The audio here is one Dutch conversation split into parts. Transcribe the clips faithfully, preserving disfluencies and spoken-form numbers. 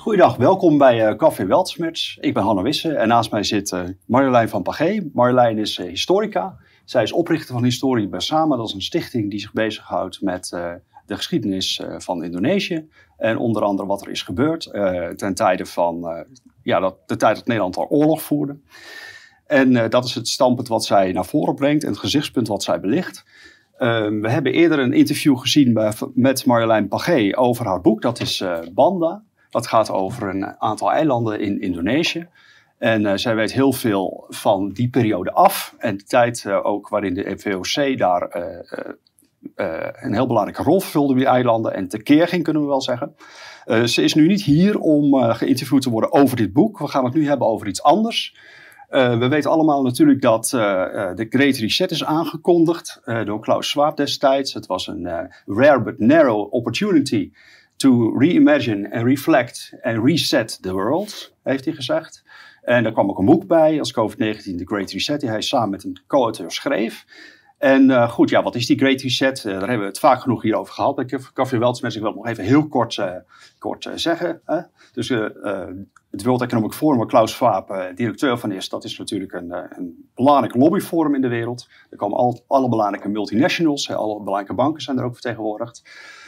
Goeiedag, welkom bij uh, Café Weltschmerz. Ik ben Hanne Wisse en naast mij zit uh, Marjolein van Pagé. Marjolein is uh, historica. Zij is oprichter van Historie Bersama. Dat is een stichting die zich bezighoudt met uh, de geschiedenis uh, van Indonesië. En onder andere wat er is gebeurd uh, ten tijde van uh, ja, dat, de tijd dat Nederland al oorlog voerde. En uh, dat is het standpunt wat zij naar voren brengt en het gezichtspunt wat zij belicht. Uh, we hebben eerder een interview gezien bij, met Marjolein Pagé over haar boek. Dat is uh, Banda. Dat gaat over een aantal eilanden in Indonesië. En uh, zij weet heel veel van die periode af. En de tijd uh, ook waarin de V O C daar uh, uh, uh, een heel belangrijke rol vervulde bij die eilanden. En tekeer ging, kunnen we wel zeggen. Uh, ze is nu niet hier om uh, geïnterviewd te worden over dit boek. We gaan het nu hebben over iets anders. Uh, we weten allemaal natuurlijk dat uh, uh, de Great Reset is aangekondigd uh, door Klaus Schwab destijds. Het was een uh, rare but narrow opportunity to reimagine and reflect and reset the world, heeft hij gezegd. En daar kwam ook een boek bij, als COVID negentien, The Great Reset, die hij samen met een co-auteur schreef. En uh, goed, ja, wat is die Great Reset? Uh, daar hebben we het vaak genoeg hier over gehad. Ik heb Café Weltschmerz, ik wil het nog even heel kort, uh, kort uh, zeggen. Hè? Dus uh, uh, het World Economic Forum, waar Klaus Schwab uh, directeur van is, dat is natuurlijk een, uh, een belangrijk lobbyforum in de wereld. Er komen al, alle belangrijke multinationals, hè, alle belangrijke banken zijn er ook vertegenwoordigd.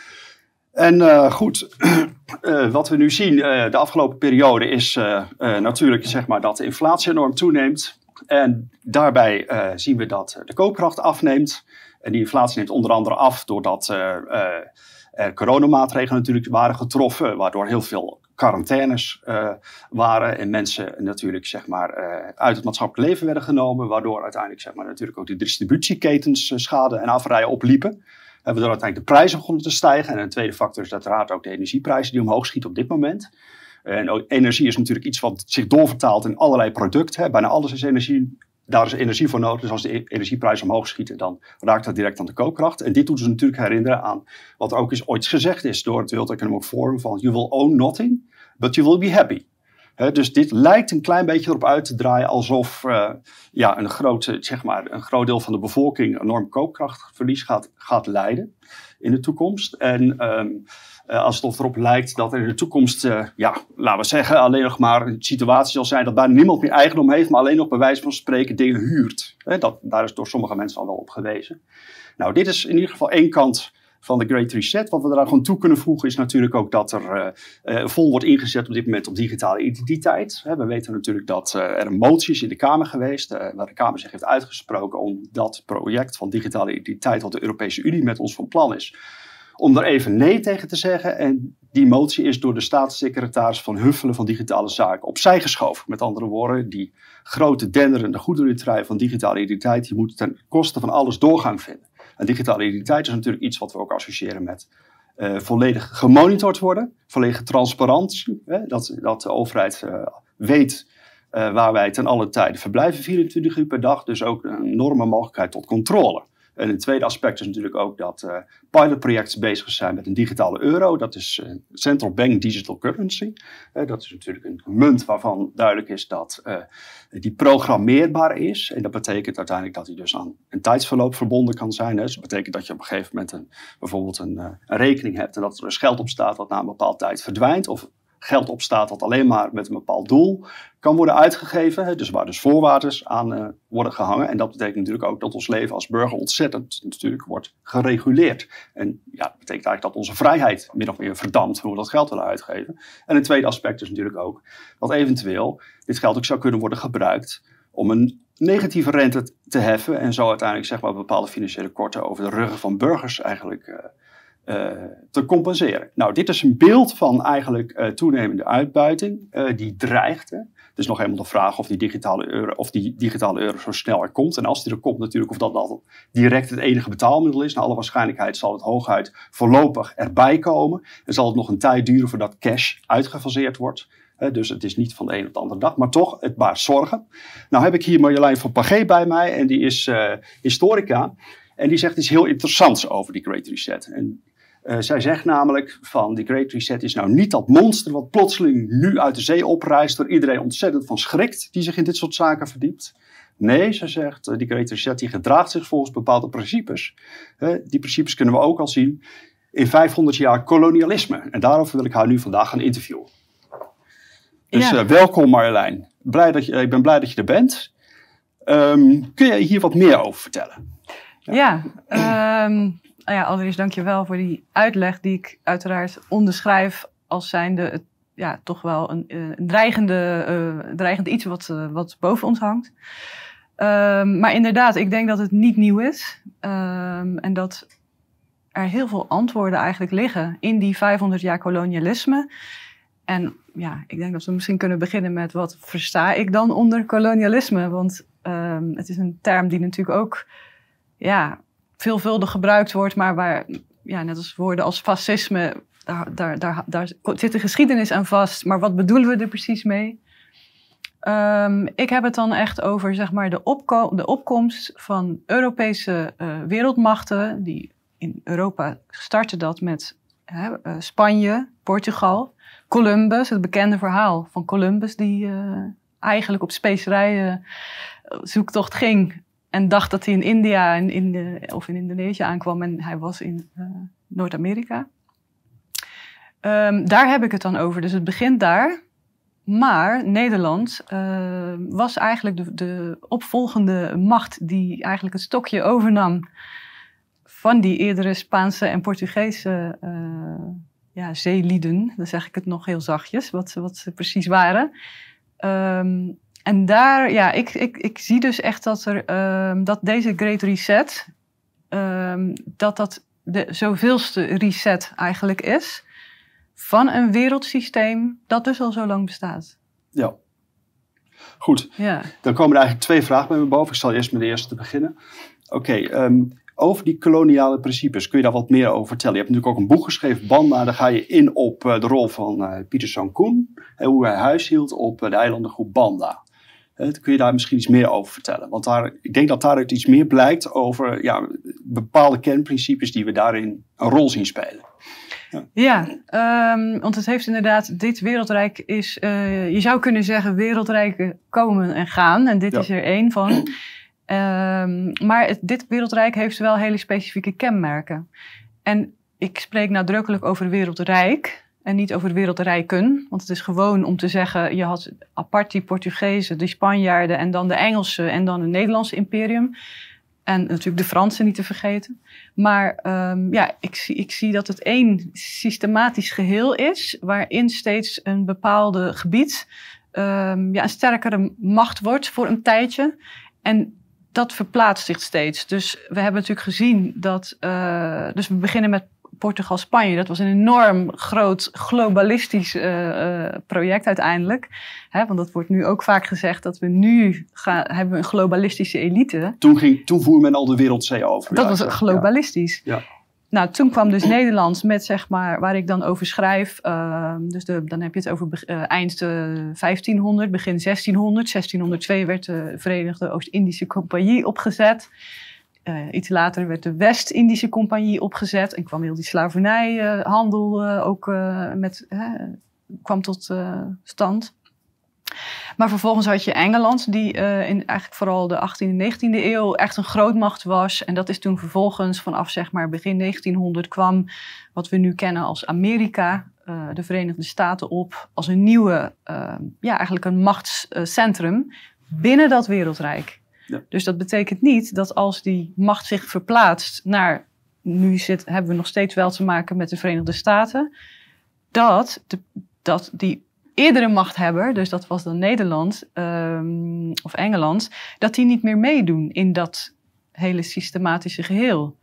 En uh, goed, uh, wat we nu zien uh, de afgelopen periode is uh, uh, natuurlijk zeg maar, dat de inflatie enorm toeneemt. En daarbij uh, zien we dat de koopkracht afneemt. En die inflatie neemt onder andere af doordat uh, uh, er coronamaatregelen natuurlijk waren getroffen. Waardoor heel veel quarantaines uh, waren en mensen natuurlijk zeg maar, uh, uit het maatschappelijk leven werden genomen. Waardoor uiteindelijk zeg maar, natuurlijk ook de distributieketens uh, schade en afrijen opliepen. Waardoor uiteindelijk de prijzen begonnen te stijgen. En een tweede factor is uiteraard ook de energieprijzen die omhoog schieten op dit moment. En energie is natuurlijk iets wat zich doorvertaalt in allerlei producten. Bijna alles is energie. Daar is energie voor nodig. Dus als de energieprijzen omhoog schieten, dan raakt dat direct aan de koopkracht. En dit doet ons natuurlijk herinneren aan wat er ook eens ooit gezegd is door het World Economic Forum van you will own nothing, but you will be happy. He, dus dit lijkt een klein beetje erop uit te draaien alsof uh, ja, een, groot, zeg maar, een groot deel van de bevolking enorm koopkrachtverlies gaat, gaat lijden in de toekomst. En um, uh, als het of erop lijkt dat er in de toekomst, uh, ja, laten we zeggen, alleen nog maar een situatie zal zijn dat bijna niemand meer eigendom heeft, maar alleen nog bij wijze van spreken dingen huurt. He, dat, daar is door sommige mensen al wel op gewezen. Nou, dit is in ieder geval één kant van de Great Reset. Wat we daar gewoon toe kunnen voegen is natuurlijk ook dat er uh, uh, vol wordt ingezet op dit moment op digitale identiteit. He, we weten natuurlijk dat uh, er een motie is in de Kamer geweest, uh, waar de Kamer zich heeft uitgesproken om dat project van digitale identiteit wat de Europese Unie met ons van plan is, om er even nee tegen te zeggen. En die motie is door de staatssecretaris Van Huffelen van Digitale Zaken opzij geschoven. Met andere woorden, die grote denderende goederentrein van digitale identiteit, die moet ten koste van alles doorgang vinden. En digitale identiteit is natuurlijk iets wat we ook associëren met uh, volledig gemonitord worden. Volledige transparantie. Hè? Dat, dat de overheid uh, weet uh, waar wij ten alle tijde verblijven, vierentwintig uur per dag. Dus ook een enorme mogelijkheid tot controle. En een tweede aspect is natuurlijk ook dat uh, pilotprojecten bezig zijn met een digitale euro. Dat is uh, Central Bank Digital Currency. Uh, dat is natuurlijk een munt waarvan duidelijk is dat uh, die programmeerbaar is. En dat betekent uiteindelijk dat die dus aan een tijdsverloop verbonden kan zijn. Hè. Dus dat betekent dat je op een gegeven moment een, bijvoorbeeld een, uh, een rekening hebt en dat er dus geld op staat wat na een bepaalde tijd verdwijnt. Of geld op staat dat alleen maar met een bepaald doel kan worden uitgegeven. Hè, dus waar dus voorwaarden aan uh, worden gehangen. En dat betekent natuurlijk ook dat ons leven als burger ontzettend natuurlijk wordt gereguleerd. En ja, dat betekent eigenlijk dat onze vrijheid min of meer verdampt hoe we dat geld willen uitgeven. En een tweede aspect is natuurlijk ook dat eventueel dit geld ook zou kunnen worden gebruikt om een negatieve rente te heffen. En zo uiteindelijk zeg maar bepaalde financiële korten over de ruggen van burgers eigenlijk Uh, Uh, te compenseren. Nou, dit is een beeld van eigenlijk uh, toenemende uitbuiting uh, die dreigt. Hè. Het is nog helemaal de vraag of die digitale euro, of die digitale euro zo snel er komt. En als die er komt natuurlijk, of dat dan direct het enige betaalmiddel is. Naar alle waarschijnlijkheid zal het hooguit voorlopig erbij komen. En zal het nog een tijd duren voordat cash uitgefaseerd wordt. Uh, dus het is niet van de een op de andere dag, maar toch, het baart zorgen. Nou heb ik hier Marjolein van Pagé bij mij en die is uh, historica. En die zegt iets heel interessants over die Great Reset. En Uh, zij zegt namelijk van die Great Reset is nou niet dat monster wat plotseling nu uit de zee oprijst, waar iedereen ontzettend van schrikt die zich in dit soort zaken verdiept. Nee, ze zegt, uh, die Great Reset die gedraagt zich volgens bepaalde principes. Uh, die principes kunnen we ook al zien in vijfhonderd jaar kolonialisme. En daarover wil ik haar nu vandaag gaan interviewen. Dus ja. uh, welkom Marjolein. Blij dat je, ik ben blij dat je er bent. Um, kun je hier wat meer over vertellen? Ja, ja, um, ja allereerst dank je wel voor die uitleg die ik uiteraard onderschrijf als zijnde ja, toch wel een, een dreigende, uh, dreigend iets wat, uh, wat boven ons hangt. Um, maar inderdaad, ik denk dat het niet nieuw is. Um, en dat er heel veel antwoorden eigenlijk liggen in die vijfhonderd jaar kolonialisme. En ja, ik denk dat we misschien kunnen beginnen met wat versta ik dan onder kolonialisme? Want um, het is een term die natuurlijk ook ja, veelvuldig gebruikt wordt, maar waar, ja, net als woorden als fascisme, daar, daar, daar, daar zit een geschiedenis aan vast. Maar wat bedoelen we er precies mee? Um, ik heb het dan echt over zeg maar, de, opko- de opkomst van Europese uh, wereldmachten. Die in Europa starten dat met hè, uh, Spanje, Portugal, Columbus. Het bekende verhaal van Columbus die uh, eigenlijk op specerijen uh, zoektocht ging. En dacht dat hij in India en in de, of in Indonesië aankwam en hij was in uh, Noord-Amerika. Um, daar heb ik het dan over. Dus het begint daar. Maar Nederland uh, was eigenlijk de, de opvolgende macht die eigenlijk het stokje overnam van die eerdere Spaanse en Portugese uh, ja, zeelieden. Dan zeg ik het nog heel zachtjes, wat, wat ze precies waren. Um, en daar, ja, ik, ik, ik zie dus echt dat, er, um, dat deze Great Reset, um, dat dat de zoveelste reset eigenlijk is van een wereldsysteem dat dus al zo lang bestaat. Ja. Goed. Ja. Dan komen er eigenlijk twee vragen bij me boven. Ik zal eerst met de eerste beginnen. Oké, okay, um, over die koloniale principes, kun je daar wat meer over vertellen? Je hebt natuurlijk ook een boek geschreven, Banda. Daar ga je in op uh, de rol van uh, Pieter Sankoen. En hoe hij huis hield op uh, de eilandengroep Banda. Uh, kun je daar misschien iets meer over vertellen? Want daar, ik denk dat daaruit iets meer blijkt over ja, bepaalde kernprincipes die we daarin een rol zien spelen. Ja, ja um, want het heeft inderdaad, dit wereldrijk is, uh, je zou kunnen zeggen wereldrijken komen en gaan. En dit ja. is er één van. Um, maar het, dit wereldrijk heeft wel hele specifieke kenmerken. En ik spreek nadrukkelijk over wereldrijk en niet over wereldrijken. Want het is gewoon om te zeggen, je had apart die Portugezen, de Spanjaarden en dan de Engelsen en dan het Nederlandse imperium. En natuurlijk de Fransen niet te vergeten. Maar um, ja, ik zie, ik zie dat het één systematisch geheel is, waarin steeds een bepaalde gebied um, ja, een sterkere macht wordt voor een tijdje. En dat verplaatst zich steeds. Dus we hebben natuurlijk gezien dat, uh, dus we beginnen met Portugal-Spanje. Dat was een enorm groot globalistisch uh, uh, project uiteindelijk. Hè, want dat wordt nu ook vaak gezegd dat we nu gaan, hebben we een globalistische elite. Toen, ging, toen voer men al de wereldzee over. Dat ja, was globalistisch. Ja. Ja. Nou, toen kwam dus Nederland met, zeg maar, waar ik dan over schrijf. Uh, dus de, dan heb je het over uh, eind uh, vijftienhonderd, begin zestienhonderd. zestienhonderdtwee werd de Verenigde Oost-Indische Compagnie opgezet. Uh, iets later werd de West-Indische Compagnie opgezet en kwam heel die slavernijhandel uh, ook uh, met, uh, kwam tot uh, stand. Maar vervolgens had je Engeland, die uh, in eigenlijk vooral de achttiende en negentiende eeuw echt een grootmacht was. En dat is toen vervolgens vanaf zeg maar begin negentienhonderd kwam wat we nu kennen als Amerika, uh, de Verenigde Staten op, als een nieuwe, uh, ja eigenlijk een machtscentrum binnen dat wereldrijk. Ja. Dus dat betekent niet dat als die macht zich verplaatst naar, nu zit, hebben we nog steeds wel te maken met de Verenigde Staten, dat, de, dat die eerdere machthebber, dus dat was dan Nederland um, of Engeland, dat die niet meer meedoen in dat hele systematische geheel.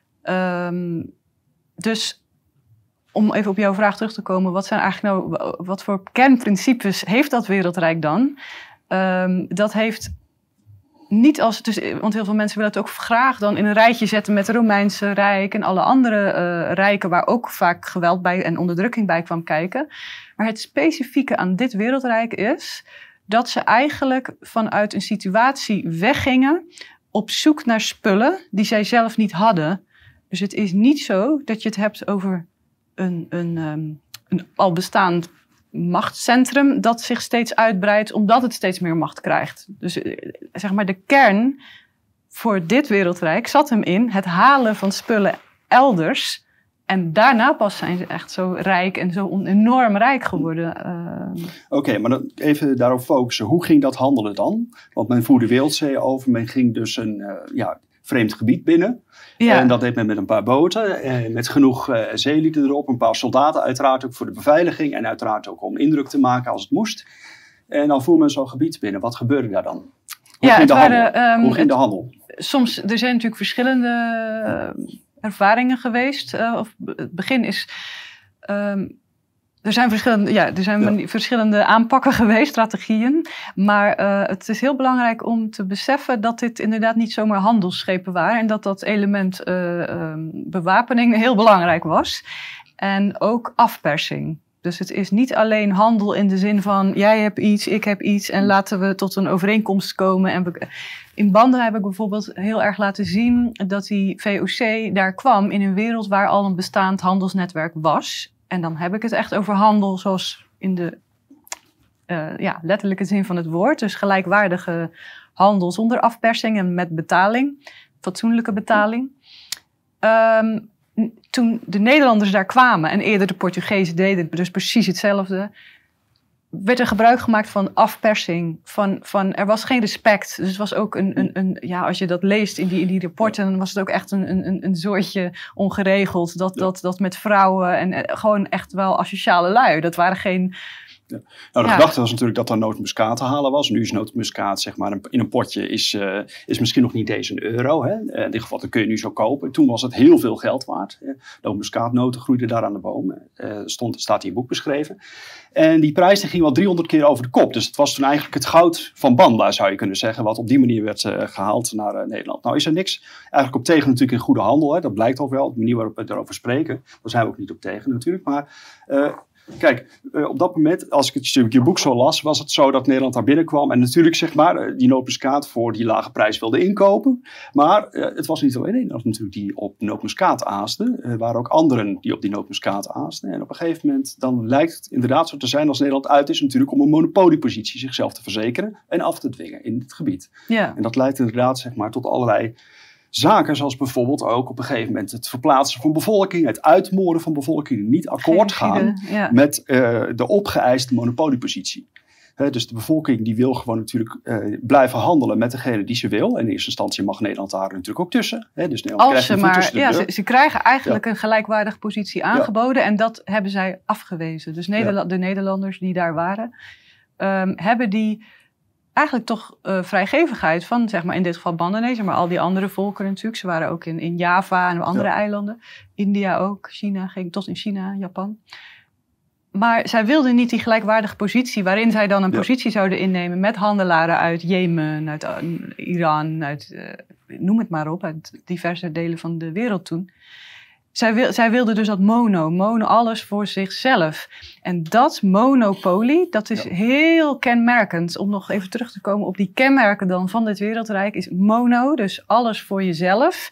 Um, dus om even op jouw vraag terug te komen, wat zijn eigenlijk nou, wat voor kernprincipes heeft dat wereldrijk dan? Um, dat heeft niet als, dus, want heel veel mensen willen het ook graag dan in een rijtje zetten met het Romeinse Rijk en alle andere uh, rijken waar ook vaak geweld bij en onderdrukking bij kwam kijken. Maar het specifieke aan dit wereldrijk is dat ze eigenlijk vanuit een situatie weggingen op zoek naar spullen die zij zelf niet hadden. Dus het is niet zo dat je het hebt over een, een, um, een al bestaand machtscentrum dat zich steeds uitbreidt omdat het steeds meer macht krijgt. Dus zeg maar de kern voor dit wereldrijk zat hem in het halen van spullen elders En daarna pas zijn ze echt zo rijk en zo enorm rijk geworden. Uh, Oké, okay, maar dan even daarop focussen. Hoe ging dat handelen dan? Want men voerde wereldzeeën over. Men ging dus een uh, ja, vreemd gebied binnen. Ja. En dat deed men met een paar boten. Eh, met genoeg uh, zeelieden erop. Een paar soldaten uiteraard ook voor de beveiliging. En uiteraard ook om indruk te maken als het moest. En dan voer men zo'n gebied binnen. Wat gebeurde daar dan? Hoe ja, ging, de, waren, handel? Um, Hoe ging de handel? Het, soms, er zijn natuurlijk verschillende uh, ervaringen geweest. Uh, of, het begin is... Um, Er zijn verschillende, ja, er zijn ja. verschillende aanpakken geweest, strategieën. Maar uh, het is heel belangrijk om te beseffen dat dit inderdaad niet zomaar handelsschepen waren. En dat dat element uh, um, bewapening heel belangrijk was. En ook afpersing. Dus het is niet alleen handel in de zin van jij hebt iets, ik heb iets en laten we tot een overeenkomst komen. En we, in Banda heb ik bijvoorbeeld heel erg laten zien dat die V O C daar kwam in een wereld waar al een bestaand handelsnetwerk was. En dan heb ik het echt over handel zoals in de uh, ja, letterlijke zin van het woord. Dus gelijkwaardige handel zonder afpersing en met betaling. Fatsoenlijke betaling. Um, toen de Nederlanders daar kwamen en eerder de Portugezen deden dus precies hetzelfde, werd er gebruik gemaakt van afpersing. Van, van, er was geen respect. Dus het was ook een, een, een ja, als je dat leest in die, in die rapporten, dan was het ook echt een, een, een soortje ongeregeld. Dat, dat, dat met vrouwen en, en gewoon echt wel asociale lui. Dat waren geen... Ja. Nou, de ja. gedachte was natuurlijk dat er nootmuskaat te halen was. Nu is nootmuskaat, zeg maar, in een potje is, uh, is misschien nog niet eens een euro. Hè? In dit geval, dat kun je nu zo kopen. Toen was het heel veel geld waard. Nootmuskaatnoten groeiden daar aan de bomen. Uh, stond, staat hier in het boek beschreven. En die prijs die ging wel driehonderd keer over de kop. Dus het was toen eigenlijk het goud van Banda, zou je kunnen zeggen. Wat op die manier werd uh, gehaald naar uh, Nederland. Nou is er niks eigenlijk op tegen natuurlijk in goede handel. Hè? Dat blijkt al wel. De manier waarop we erover spreken. Daar zijn we ook niet op tegen natuurlijk. Maar... Uh, Kijk, uh, op dat moment, als ik het je boek zo las, was het zo dat Nederland daar binnenkwam. En natuurlijk, zeg maar, uh, die nootmuskaat voor die lage prijs wilde inkopen. Maar uh, het was niet alleen Nederland natuurlijk die op nootmuskaat aaste. Er waren ook anderen die op die nootmuskaat aasten. En op een gegeven moment, dan lijkt het inderdaad zo te zijn als Nederland uit is natuurlijk om een monopoliepositie zichzelf te verzekeren en af te dwingen in het gebied. Ja. En dat leidt inderdaad, zeg maar, tot allerlei zaken, zoals bijvoorbeeld ook op een gegeven moment het verplaatsen van bevolking, het uitmoorden van bevolking, die niet akkoord gaan ja. met uh, de opgeëiste monopoliepositie. He, dus de bevolking die wil gewoon natuurlijk uh, blijven handelen met degene die ze wil. In eerste instantie mag Nederland daar natuurlijk ook tussen. He, dus Nederland Als ze maar, ja, ze, ze krijgen eigenlijk ja. een gelijkwaardige positie aangeboden ja. en dat hebben zij afgewezen. Dus Nederla- ja. de Nederlanders die daar waren, um, hebben die eigenlijk toch uh, vrijgevigheid van, zeg maar in dit geval Bandanezen, maar al die andere volkeren natuurlijk. Ze waren ook in, in Java en andere ja. eilanden. India ook, China, ging tot in China, Japan. Maar zij wilden niet die gelijkwaardige positie waarin zij dan een ja. positie zouden innemen met handelaren uit Jemen, uit uh, Iran, uit, uh, noem het maar op, uit diverse delen van de wereld toen. Zij, wil, zij wilden dus dat mono, mono, alles voor zichzelf. En dat monopolie, dat is ja. heel kenmerkend. Om nog even terug te komen op die kenmerken dan van dit wereldrijk, is mono, dus alles voor jezelf.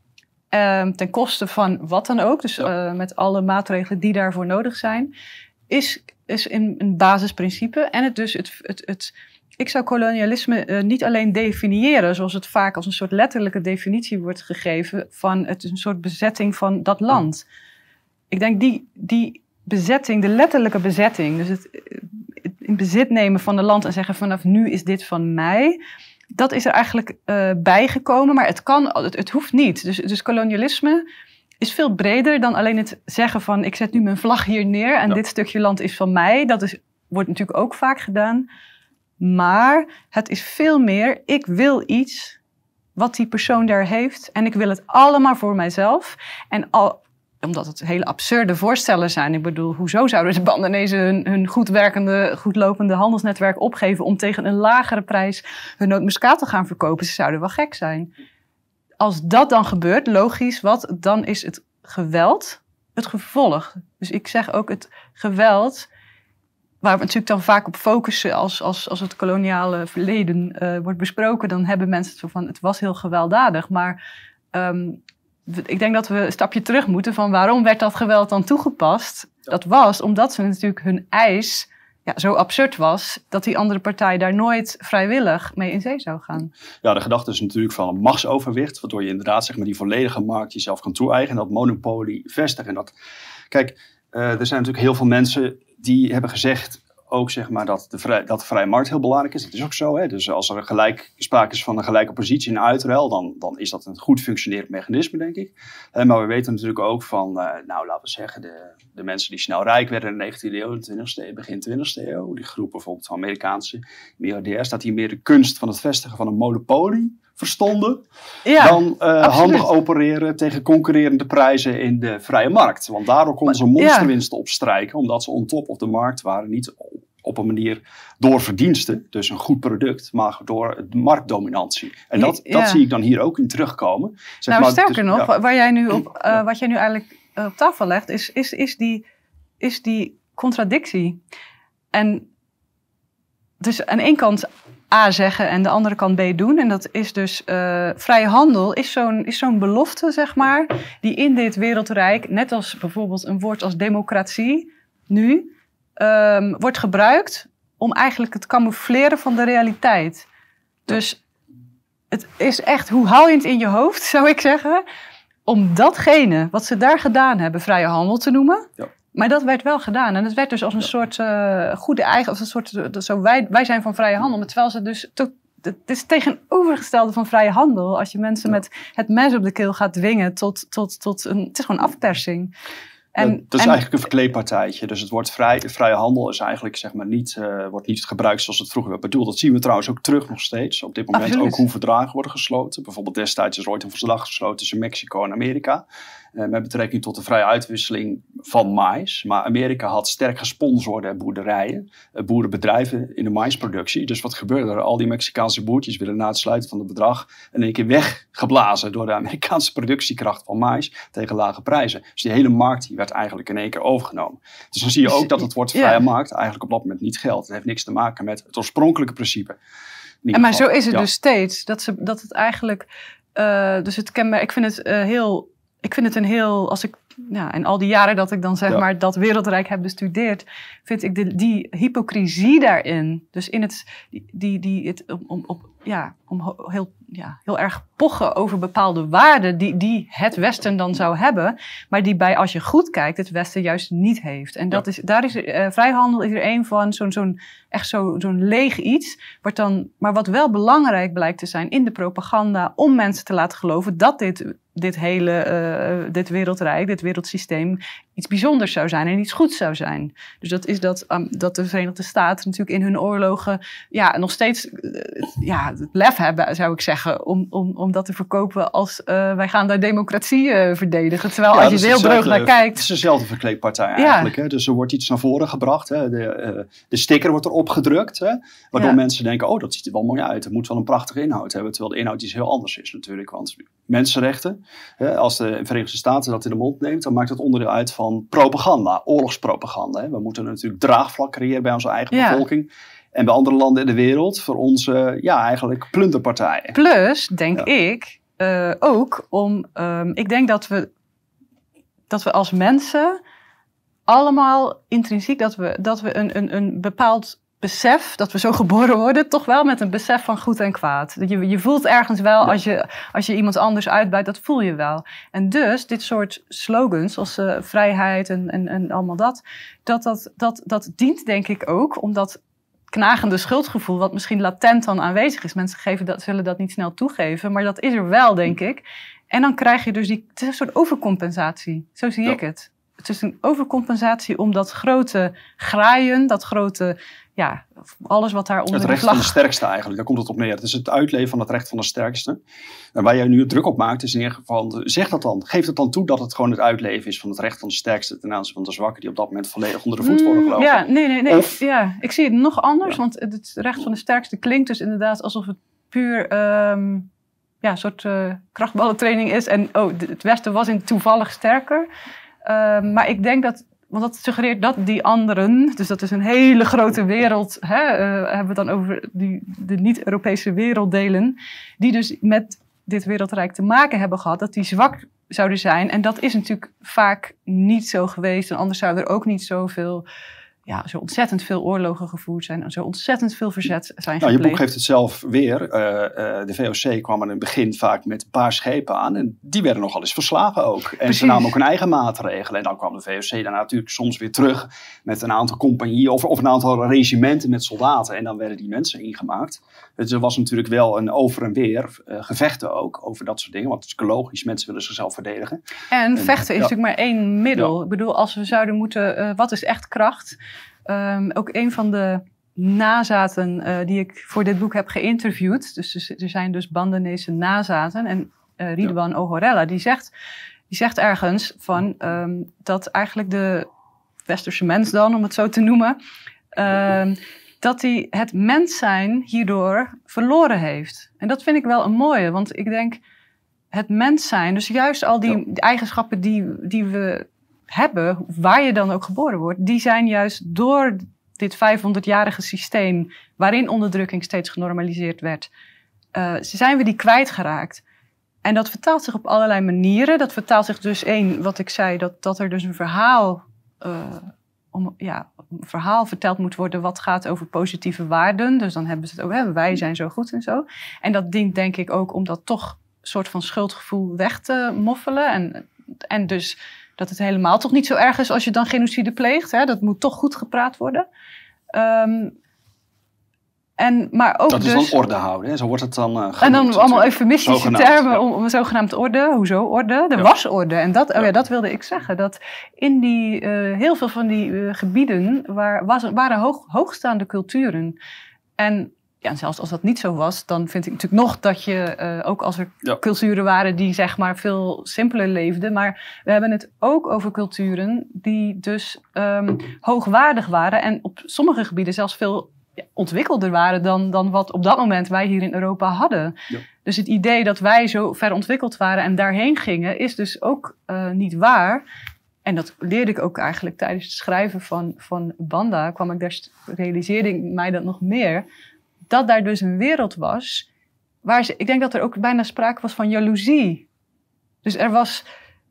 Um, ten koste van wat dan ook, dus ja. uh, met alle maatregelen die daarvoor nodig zijn, is, is een, een basisprincipe. En het dus het, het, het, ik zou kolonialisme uh, niet alleen definiëren, zoals het vaak als een soort letterlijke definitie wordt gegeven, van het een soort bezetting van dat land. Ik denk die, die bezetting, de letterlijke bezetting, dus het, het in bezit nemen van een land en zeggen vanaf nu is dit van mij, dat is er eigenlijk uh, bijgekomen, maar het kan, het, het hoeft niet. Dus, dus kolonialisme is veel breder dan alleen het zeggen van ik zet nu mijn vlag hier neer en ja. dit stukje land is van mij. Dat is, wordt natuurlijk ook vaak gedaan. Maar het is veel meer, ik wil iets wat die persoon daar heeft en ik wil het allemaal voor mijzelf. En al, omdat het hele absurde voorstellen zijn. Ik bedoel, hoezo zouden de Bandanezen hun, hun goed werkende, goed lopende handelsnetwerk opgeven om tegen een lagere prijs hun nootmuskaat te gaan verkopen? Ze zouden wel gek zijn. Als dat dan gebeurt, logisch, wat, dan is het geweld het gevolg. Dus ik zeg ook het geweld, waar we natuurlijk dan vaak op focussen als, als, als het koloniale verleden uh, wordt besproken, dan hebben mensen het zo van, het was heel gewelddadig. Maar um, ik denk dat we een stapje terug moeten van waarom werd dat geweld dan toegepast? Ja. Dat was omdat ze natuurlijk hun eis, ja, zo absurd was dat die andere partij daar nooit vrijwillig mee in zee zou gaan. Ja, de gedachte is natuurlijk van een machtsoverwicht, waardoor je inderdaad zeg maar, die volledige markt jezelf kan toe-eigenen, dat monopolie vestigen. Dat, kijk, uh, er zijn natuurlijk heel veel mensen die hebben gezegd ook zeg maar, dat, de vrij, dat de vrije markt heel belangrijk is. Dat is ook zo. Hè? Dus als er gelijk sprake is van een gelijke positie in uitruil, dan, dan is dat een goed functionerend mechanisme, denk ik. Uh, maar we weten natuurlijk ook van, uh, nou laten we zeggen, de, de mensen die snel rijk werden in de negentiende eeuw, de twintigste eeuw, begin twintigste eeuw, die groep bijvoorbeeld van Amerikaanse miljardairs, dat die meer de kunst van het vestigen van een monopolie verstonden, ja, dan uh, handig opereren tegen concurrerende prijzen in de vrije markt. Want daardoor konden ze monsterwinsten ja. opstrijken, omdat ze on top of de markt waren, niet op een manier door verdiensten, dus een goed product, maar door marktdominantie. En dat, ja. dat zie ik dan hier ook in terugkomen. Zeg nou, maar, sterker dus, nog, ja. waar jij nu op, uh, ja. wat jij nu eigenlijk uh, op tafel legt, is, is, is, die, is die contradictie. En dus aan één kant A zeggen en de andere kant B doen. En dat is dus uh, vrije handel is zo'n, is zo'n belofte, zeg maar, die in dit wereldrijk, net als bijvoorbeeld een woord als democratie, nu, um, wordt gebruikt om eigenlijk het camoufleren van de realiteit. Dus het is echt, hoe haal je het in je hoofd, zou ik zeggen, om datgene wat ze daar gedaan hebben, vrije handel te noemen. Ja. Maar dat werd wel gedaan. En het werd dus als een ja. soort uh, goede eigen, of een soort, uh, zo wij, wij zijn van vrije handel. Maar terwijl ze dus, to, het is tegenovergestelde van vrije handel. Als je mensen ja. met het mes op de keel gaat dwingen tot, tot, tot een, het is gewoon afpersing. En, ja, dat is en, eigenlijk een verkleedpartijtje. Dus het woord vrij, vrije handel is eigenlijk zeg maar niet, uh, wordt niet gebruikt zoals het vroeger werd bedoeld. Dat zien we trouwens ook terug nog steeds. Op dit moment Absoluut. Ook hoe verdragen worden gesloten. Bijvoorbeeld destijds is er ooit een verdrag gesloten tussen Mexico en Amerika. Uh, met betrekking tot de vrije uitwisseling van maïs. Maar Amerika had sterk gesponsorde boerderijen, uh, boerenbedrijven in de maïsproductie. Dus wat gebeurde er? Al die Mexicaanse boertjes werden na het sluiten van het bedrag in één keer weggeblazen door de Amerikaanse productiekracht van maïs tegen lage prijzen. Dus die hele markt die werd eigenlijk in één keer overgenomen. Dus dan zie je ook dat het woord vrije ja. markt eigenlijk op dat moment niet geldt. Het heeft niks te maken met het oorspronkelijke principe. En maar geval. Zo is het ja. dus steeds. Dat, ze, dat het eigenlijk, uh, dus het kenmerk, ik vind het uh, heel... Ik vind het een heel, als ik, ja, in al die jaren dat ik dan zeg ja. maar dat wereldrijk heb bestudeerd, vind ik de, die hypocrisie daarin, dus in het, die, die, het om, om, op, ja, om heel, ja, heel erg pochen over bepaalde waarden die, die het Westen dan zou hebben, maar die bij, als je goed kijkt, het Westen juist niet heeft. En dat ja. is, daar is, uh, vrijhandel is er één van, zo'n, zo'n, echt zo, zo'n leeg iets, wordt dan, maar wat wel belangrijk blijkt te zijn in de propaganda, om mensen te laten geloven dat dit, dit hele, uh, dit wereldrijk, dit wereldsysteem iets bijzonders zou zijn en iets goeds zou zijn. Dus dat is dat, um, dat de Verenigde Staten natuurlijk in hun oorlogen ja, nog steeds uh, ja, het lef hebben, zou ik zeggen, om, om, om dat te verkopen als uh, wij gaan daar democratie uh, verdedigen. Terwijl ja, als je er heel droog naar kijkt... Het is dezelfde verkleedpartij eigenlijk. Ja. Hè? Dus er wordt iets naar voren gebracht. Hè? De, uh, de sticker wordt erop gedrukt. Hè? Waardoor ja. mensen denken, oh, dat ziet er wel mooi uit. Het moet wel een prachtige inhoud hebben. Terwijl de inhoud iets heel anders is natuurlijk. Want mensenrechten, hè, als de Verenigde Staten dat in de mond neemt, dan maakt het onderdeel uit van propaganda, oorlogspropaganda. Hè? We moeten natuurlijk draagvlak creëren bij onze eigen ja. bevolking. En bij andere landen in de wereld voor onze, ja, eigenlijk plunderpartijen. Plus, denk ja. ik, uh, ook om, um, ik denk dat we, dat we als mensen allemaal intrinsiek, dat we, dat we een, een, een bepaald besef, dat we zo geboren worden, toch wel met een besef van goed en kwaad. Je, je voelt ergens wel, ja. als, je, als je iemand anders uitbuit, dat voel je wel. En dus, dit soort slogans, als uh, vrijheid en, en, en allemaal dat, dat, dat, dat, dat dient denk ik ook, omdat knagende schuldgevoel, wat misschien latent dan aanwezig is. Mensen geven dat, zullen dat niet snel toegeven, maar dat is er wel, denk ik. En dan krijg je dus die, het is een soort overcompensatie. Zo zie ja. ik het. Het is een overcompensatie om dat grote graaien, dat grote, ja, alles wat daar onder het de recht vlag... van de sterkste eigenlijk, daar komt het op neer. Het is het uitleven van het recht van de sterkste. En waar jij nu druk op maakt, is in ieder geval, zeg dat dan. Geef het dan toe dat het gewoon het uitleven is van het recht van de sterkste ten aanzien van de zwakken die op dat moment volledig onder de voet worden gelopen. Ja, nee, nee, nee. Of, ja, ik zie het nog anders, ja. want het recht van de sterkste klinkt dus inderdaad alsof het puur um, ja, een soort uh, krachtballentraining is. En oh, het Westen was in toevallig sterker. Uh, maar ik denk dat, want dat suggereert dat die anderen, dus dat is een hele grote wereld, hè, uh, hebben we het dan over die, de niet-Europese werelddelen, die dus met dit wereldrijk te maken hebben gehad, dat die zwak zouden zijn. En dat is natuurlijk vaak niet zo geweest. En anders zou er ook niet zoveel ja, zo ontzettend veel oorlogen gevoerd zijn en zo ontzettend veel verzet zijn nou, gepleegd. Je boek geeft het zelf weer. Uh, uh, de V O C kwam in het begin vaak met een paar schepen aan en die werden nogal eens verslagen ook. En Precies. Ze namen ook hun eigen maatregelen. En dan kwam de V O C daarna natuurlijk soms weer terug met een aantal compagnieën of, of een aantal regimenten met soldaten. En dan werden die mensen ingemaakt. Dus er was natuurlijk wel een over en weer uh, gevechten ook over dat soort dingen. Want het is logisch, mensen willen zichzelf verdedigen. En, en vechten is ja. natuurlijk maar één middel. Ja. Ik bedoel, als we zouden moeten, uh, wat is echt kracht? Um, ook een van de nazaten uh, die ik voor dit boek heb geïnterviewd. Dus er zijn dus Bandanese nazaten. En uh, Ridwan ja. Ohorella, die zegt, die zegt ergens van um, dat eigenlijk de westerse mens dan, om het zo te noemen, um, dat hij het mens zijn hierdoor verloren heeft. En dat vind ik wel een mooie, want ik denk het mens zijn, dus juist al die, ja. die eigenschappen die, die we hebben, waar je dan ook geboren wordt, die zijn juist door dit vijfhonderdjarige systeem, waarin onderdrukking steeds genormaliseerd werd, uh, zijn we die kwijtgeraakt. En dat vertaalt zich op allerlei manieren. Dat vertaalt zich dus één, wat ik zei, dat, dat er dus een verhaal, uh, om, ja, een verhaal verteld moet worden wat gaat over positieve waarden. Dus dan hebben ze het ook, hè, wij zijn zo goed en zo. En dat dient denk ik ook om dat toch een soort van schuldgevoel weg te moffelen. En, en dus dat het helemaal toch niet zo erg is als je dan genocide pleegt. Hè? Dat moet toch goed gepraat worden. Um, en, maar ook dat is dus, dan orde houden, hè? Zo wordt het dan uh, genoemd. En dan allemaal eufemistische termen ja. om, om een zogenaamd orde. Hoezo orde? Er ja. was orde. En dat, ja. Oh ja, dat wilde ik zeggen. Dat in die, uh, heel veel van die uh, gebieden waar, was, waren hoog, hoogstaande culturen. En ja, zelfs als dat niet zo was, dan vind ik natuurlijk nog dat je, uh, ook als er ja. culturen waren die zeg maar veel simpeler leefden, maar we hebben het ook over culturen die dus um, hoogwaardig waren en op sommige gebieden zelfs veel ja, ontwikkelder waren dan, dan wat op dat moment wij hier in Europa hadden. Ja. Dus het idee dat wij zo ver ontwikkeld waren en daarheen gingen, is dus ook uh, niet waar. En dat leerde ik ook eigenlijk tijdens het schrijven van, van Banda, kwam ik daar, realiseerde ik mij dat nog meer, dat daar dus een wereld was waar ze, ik denk dat er ook bijna sprake was van jaloezie. Dus er was,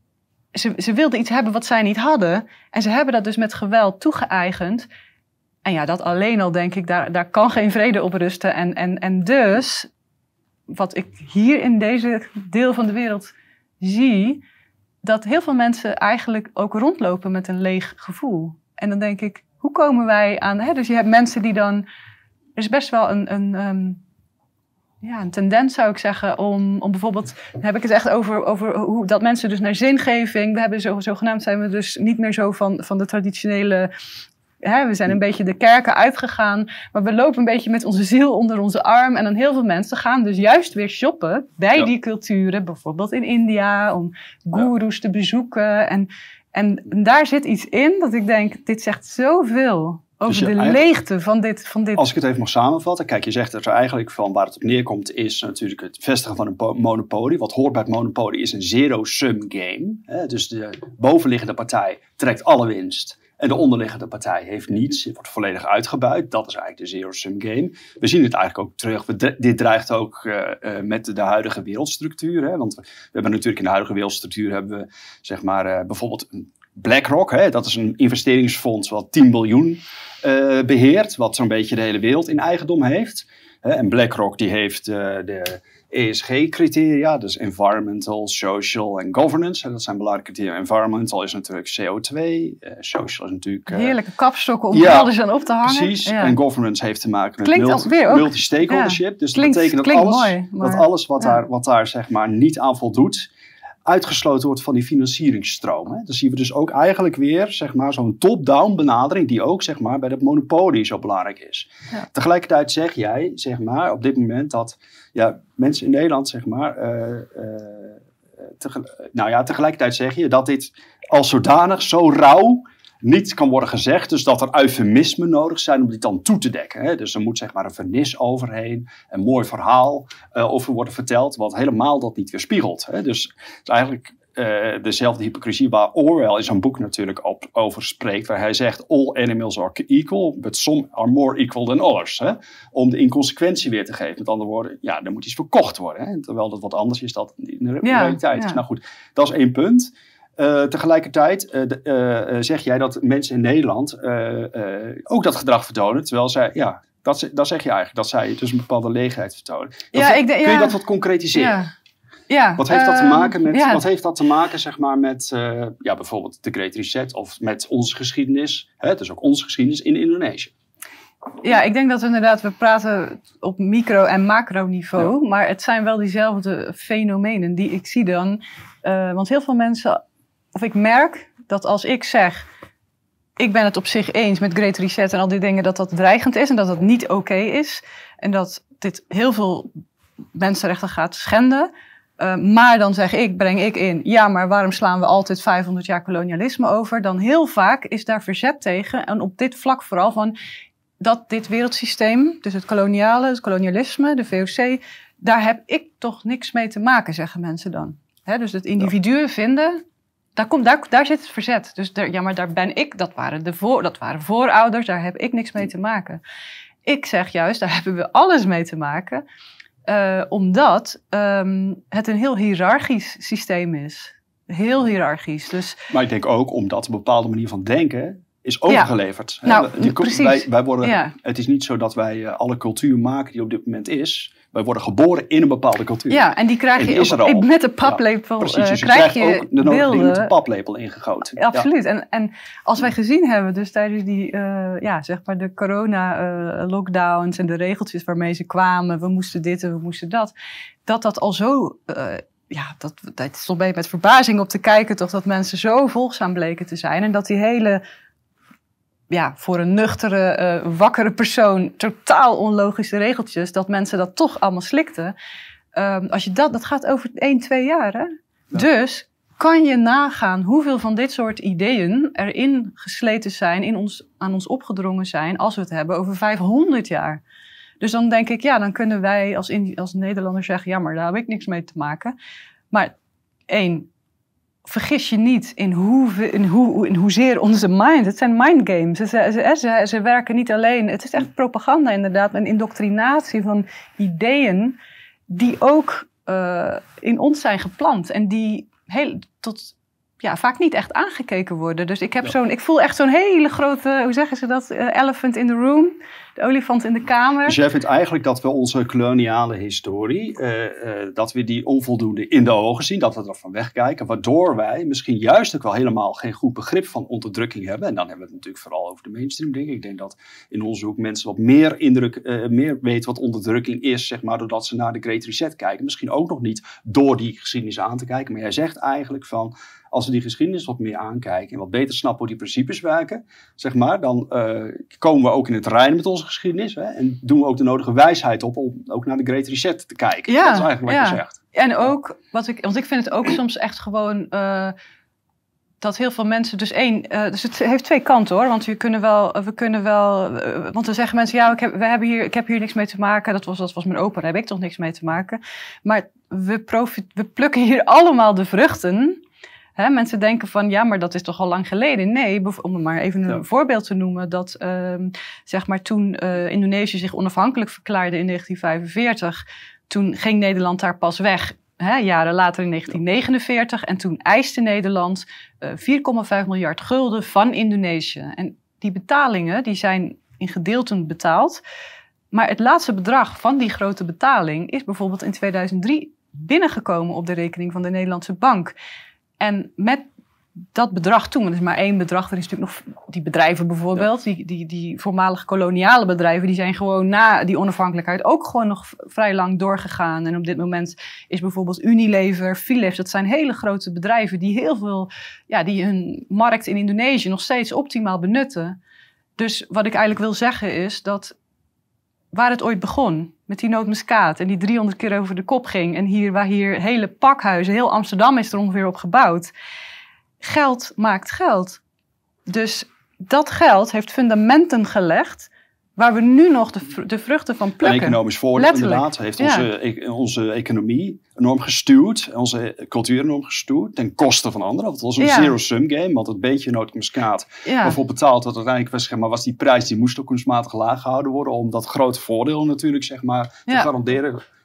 ze, ze wilden iets hebben wat zij niet hadden. En ze hebben dat dus met geweld toegeëigend. En ja, dat alleen al denk ik, daar, daar kan geen vrede op rusten. En, en, en dus, wat ik hier in deze deel van de wereld zie, dat heel veel mensen eigenlijk ook rondlopen met een leeg gevoel. En dan denk ik, hoe komen wij aan, hè? Dus je hebt mensen die dan, er is best wel een, een, um, ja, een tendens, zou ik zeggen, om, om bijvoorbeeld, dan heb ik het echt over, over hoe dat mensen dus naar zingeving, we hebben zo, zogenaamd zijn we dus niet meer zo van, van de traditionele, hè, we zijn een beetje de kerken uitgegaan, maar we lopen een beetje met onze ziel onder onze arm. En dan heel veel mensen gaan dus juist weer shoppen bij ja. die culturen, bijvoorbeeld in India, om goeroes ja. te bezoeken. En, en daar zit iets in dat ik denk, dit zegt zoveel over dus de leegte van dit, van dit. Als ik het even mag samenvatten. Kijk, je zegt dat er eigenlijk van waar het op neerkomt is natuurlijk het vestigen van een monopolie. Wat hoort bij het monopolie is een zero-sum game. Hè? Dus de bovenliggende partij trekt alle winst. En de onderliggende partij heeft niets. Het wordt volledig uitgebuit. Dat is eigenlijk de zero-sum game. We zien het eigenlijk ook terug. We, dit dreigt ook uh, uh, met de huidige wereldstructuur. Hè? Want we, we hebben natuurlijk in de huidige wereldstructuur hebben we zeg maar uh, bijvoorbeeld BlackRock. Hè? Dat is een investeringsfonds wat tien biljoen uh, beheert. Wat zo'n beetje de hele wereld in eigendom heeft. Hè? En BlackRock die heeft uh, de E S G-criteria, dus environmental, social en governance. En dat zijn belangrijke criteria. Environmental is natuurlijk C O twee, uh, social is natuurlijk... Uh, Heerlijke kapstokken om ja, alles aan op te hangen. Precies, ja. En governance heeft te maken met klinkt multi, weer ook, multi-stakeholdership. Ja. Dus dat klinkt, betekent dat alles, mooi, dat alles wat, ja. daar, wat daar zeg maar niet aan voldoet, uitgesloten wordt van die financieringsstroom. Hè. Dan zien we dus ook eigenlijk weer zeg maar, zo'n top-down benadering die ook zeg maar, bij dat monopolie zo belangrijk is. Ja. Tegelijkertijd zeg jij zeg maar, op dit moment dat ja, mensen in Nederland zeg maar, uh, uh, tegel- nou ja, tegelijkertijd zeg je dat dit als zodanig zo rauw niet kan worden gezegd, dus dat er eufemismen nodig zijn om dit dan toe te dekken. Hè? Dus er moet zeg maar een vernis overheen, een mooi verhaal uh, over worden verteld, wat helemaal dat niet weerspiegelt. Hè? Dus het is eigenlijk uh, dezelfde hypocrisie waar Orwell in zijn boek natuurlijk op, over spreekt, waar hij zegt, all animals are equal, but some are more equal than others. Hè? Om de inconsequentie weer te geven. Met andere woorden, ja, er moet iets verkocht worden. Hè? Terwijl dat wat anders is dan in de ja, realiteit. Ja. Dus nou goed, dat is één punt. Uh, tegelijkertijd uh, de, uh, uh, zeg jij dat mensen in Nederland uh, uh, ook dat gedrag vertonen. Terwijl zij, ja, dat, dat zeg je eigenlijk, dat zij dus een bepaalde leegheid vertonen. Dat, ja, ik de, kun ja. je dat wat concretiseren? Ja. Ja, wat heeft dat te maken met, ja. wat heeft dat te maken, zeg maar, met uh, ja, bijvoorbeeld de Great Reset of met onze geschiedenis, hè, dus ook onze geschiedenis in Indonesië? Ja, ik denk dat we inderdaad, we praten op micro- en macroniveau, ja. maar het zijn wel diezelfde fenomenen die ik zie dan. Uh, want heel veel mensen, of ik merk dat als ik zeg, ik ben het op zich eens met Great Reset en al die dingen, dat dat dreigend is en dat dat niet oké okay is. En dat dit heel veel mensenrechten gaat schenden. Uh, maar dan zeg ik, breng ik in, ja, maar waarom slaan we altijd vijfhonderd jaar kolonialisme over? Dan heel vaak is daar verzet tegen. En op dit vlak vooral van dat dit wereldsysteem, dus het koloniale, het kolonialisme, de V O C, daar heb ik toch niks mee te maken, zeggen mensen dan. He, dus het individu ja. vinden, daar, komt, daar, daar zit het verzet. Dus daar, ja, maar daar ben ik, dat waren, de voor, dat waren voorouders, daar heb ik niks mee te maken. Ik zeg juist, daar hebben we alles mee te maken. Uh, omdat um, het een heel hiërarchisch systeem is. Heel hiërarchisch. Dus, maar ik denk ook omdat een bepaalde manier van denken is overgeleverd. Ja, nou, die, precies. Wij, wij worden, ja. Het is niet zo dat wij uh, alle cultuur maken die op dit moment is. Wij worden geboren in een bepaalde cultuur. Ja, en die krijg je en die op, met de paplepel. Ja, precies, dus uh, krijg je ook de nodige dingen met de beelden. paplepel ingegoten. Absoluut. Ja. En, en als wij gezien hebben, dus tijdens die, uh, ja, zeg maar de corona-lockdowns uh, en de regeltjes waarmee ze kwamen, we moesten dit en we moesten dat, dat dat al zo, uh, ja, dat, dat stond bij met verbazing op te kijken, toch, dat mensen zo volgzaam bleken te zijn en dat die hele, ja, voor een nuchtere, uh, wakkere persoon totaal onlogische regeltjes, dat mensen dat toch allemaal slikten. Um, als je dat, dat gaat over één, twee jaar, hè? Ja. Dus kan je nagaan hoeveel van dit soort ideeën erin gesleten zijn, in ons, aan ons opgedrongen zijn, als we het hebben over vijfhonderd jaar. Dus dan denk ik, ja, dan kunnen wij als, in, als Nederlanders zeggen, ja, maar daar heb ik niks mee te maken. Maar één, vergis je niet in, hoe, in, hoe, in hoezeer onze mind, het zijn mindgames. Ze, ze, ze, ze werken niet alleen, het is echt propaganda inderdaad, een indoctrinatie van ideeën die ook uh, in ons zijn geplant en die heel, tot, ja, vaak niet echt aangekeken worden. Dus ik, heb ja. zo'n, ik voel echt zo'n hele grote, hoe zeggen ze dat, uh, elephant in the room, de olifant in de kamer. Dus jij vindt eigenlijk dat we onze koloniale historie, uh, uh, dat we die onvoldoende in de ogen zien, dat we ervan wegkijken, waardoor wij misschien juist ook wel helemaal geen goed begrip van onderdrukking hebben. En dan hebben we het natuurlijk vooral over de mainstream dingen. Ik denk dat in onderzoek mensen wat meer indruk, uh, meer weten wat onderdrukking is, zeg maar, doordat ze naar de Great Reset kijken. Misschien ook nog niet door die geschiedenis aan te kijken, maar jij zegt eigenlijk van, als we die geschiedenis wat meer aankijken en wat beter snappen hoe die principes werken, zeg maar, dan uh, komen we ook in het reinen met onze geschiedenis. Hè, en doen we ook de nodige wijsheid op om ook naar de Great Reset te kijken. Ja, dat is eigenlijk wat ja. je zegt. En ook, wat ik, want ik vind het ook soms echt gewoon uh, dat heel veel mensen, dus één, uh, dus het heeft twee kanten hoor, want we kunnen wel, we kunnen wel, uh, want dan zeggen mensen, ja, ik heb, we hebben hier, ik heb hier niks mee te maken, dat was, dat was mijn opa, daar heb ik toch niks mee te maken. Maar we, profit, we plukken hier allemaal de vruchten. He, mensen denken van, ja, maar dat is toch al lang geleden. Nee, om maar even een ja. voorbeeld te noemen, dat uh, zeg maar toen uh, Indonesië zich onafhankelijk verklaarde in negentien vijfenveertig, toen ging Nederland daar pas weg, he, jaren later in negentien negenenveertig, en toen eiste Nederland uh, vier komma vijf miljard gulden van Indonesië. En die betalingen, die zijn in gedeelten betaald, maar het laatste bedrag van die grote betaling is bijvoorbeeld in tweeduizend drie binnengekomen op de rekening van de Nederlandse bank. En met dat bedrag toen, er is maar één bedrag, er is natuurlijk nog die bedrijven bijvoorbeeld, ja. die, die, die voormalige koloniale bedrijven, die zijn gewoon na die onafhankelijkheid ook gewoon nog vrij lang doorgegaan. En op dit moment is bijvoorbeeld Unilever, Philips, dat zijn hele grote bedrijven die heel veel, ja, die hun markt in Indonesië nog steeds optimaal benutten. Dus wat ik eigenlijk wil zeggen is dat waar het ooit begon, met die nootmuskaat en die driehonderd keer over de kop ging en hier, waar hier hele pakhuizen, heel Amsterdam is er ongeveer op gebouwd. Geld maakt geld. Dus dat geld heeft fundamenten gelegd waar we nu nog de, de vruchten van plukken. En economisch voordeel inderdaad heeft onze, ja. e- onze economie enorm gestuurd, onze cultuur enorm gestuurd, ten koste van anderen. Het was een ja. zero-sum game, want het beetje nootmuskaat ja. waarvoor betaald wordt uiteindelijk was, zeg maar, was die prijs, die moest ook kunstmatig laag gehouden worden om dat grote voordeel natuurlijk, zeg maar, te ja. garanderen.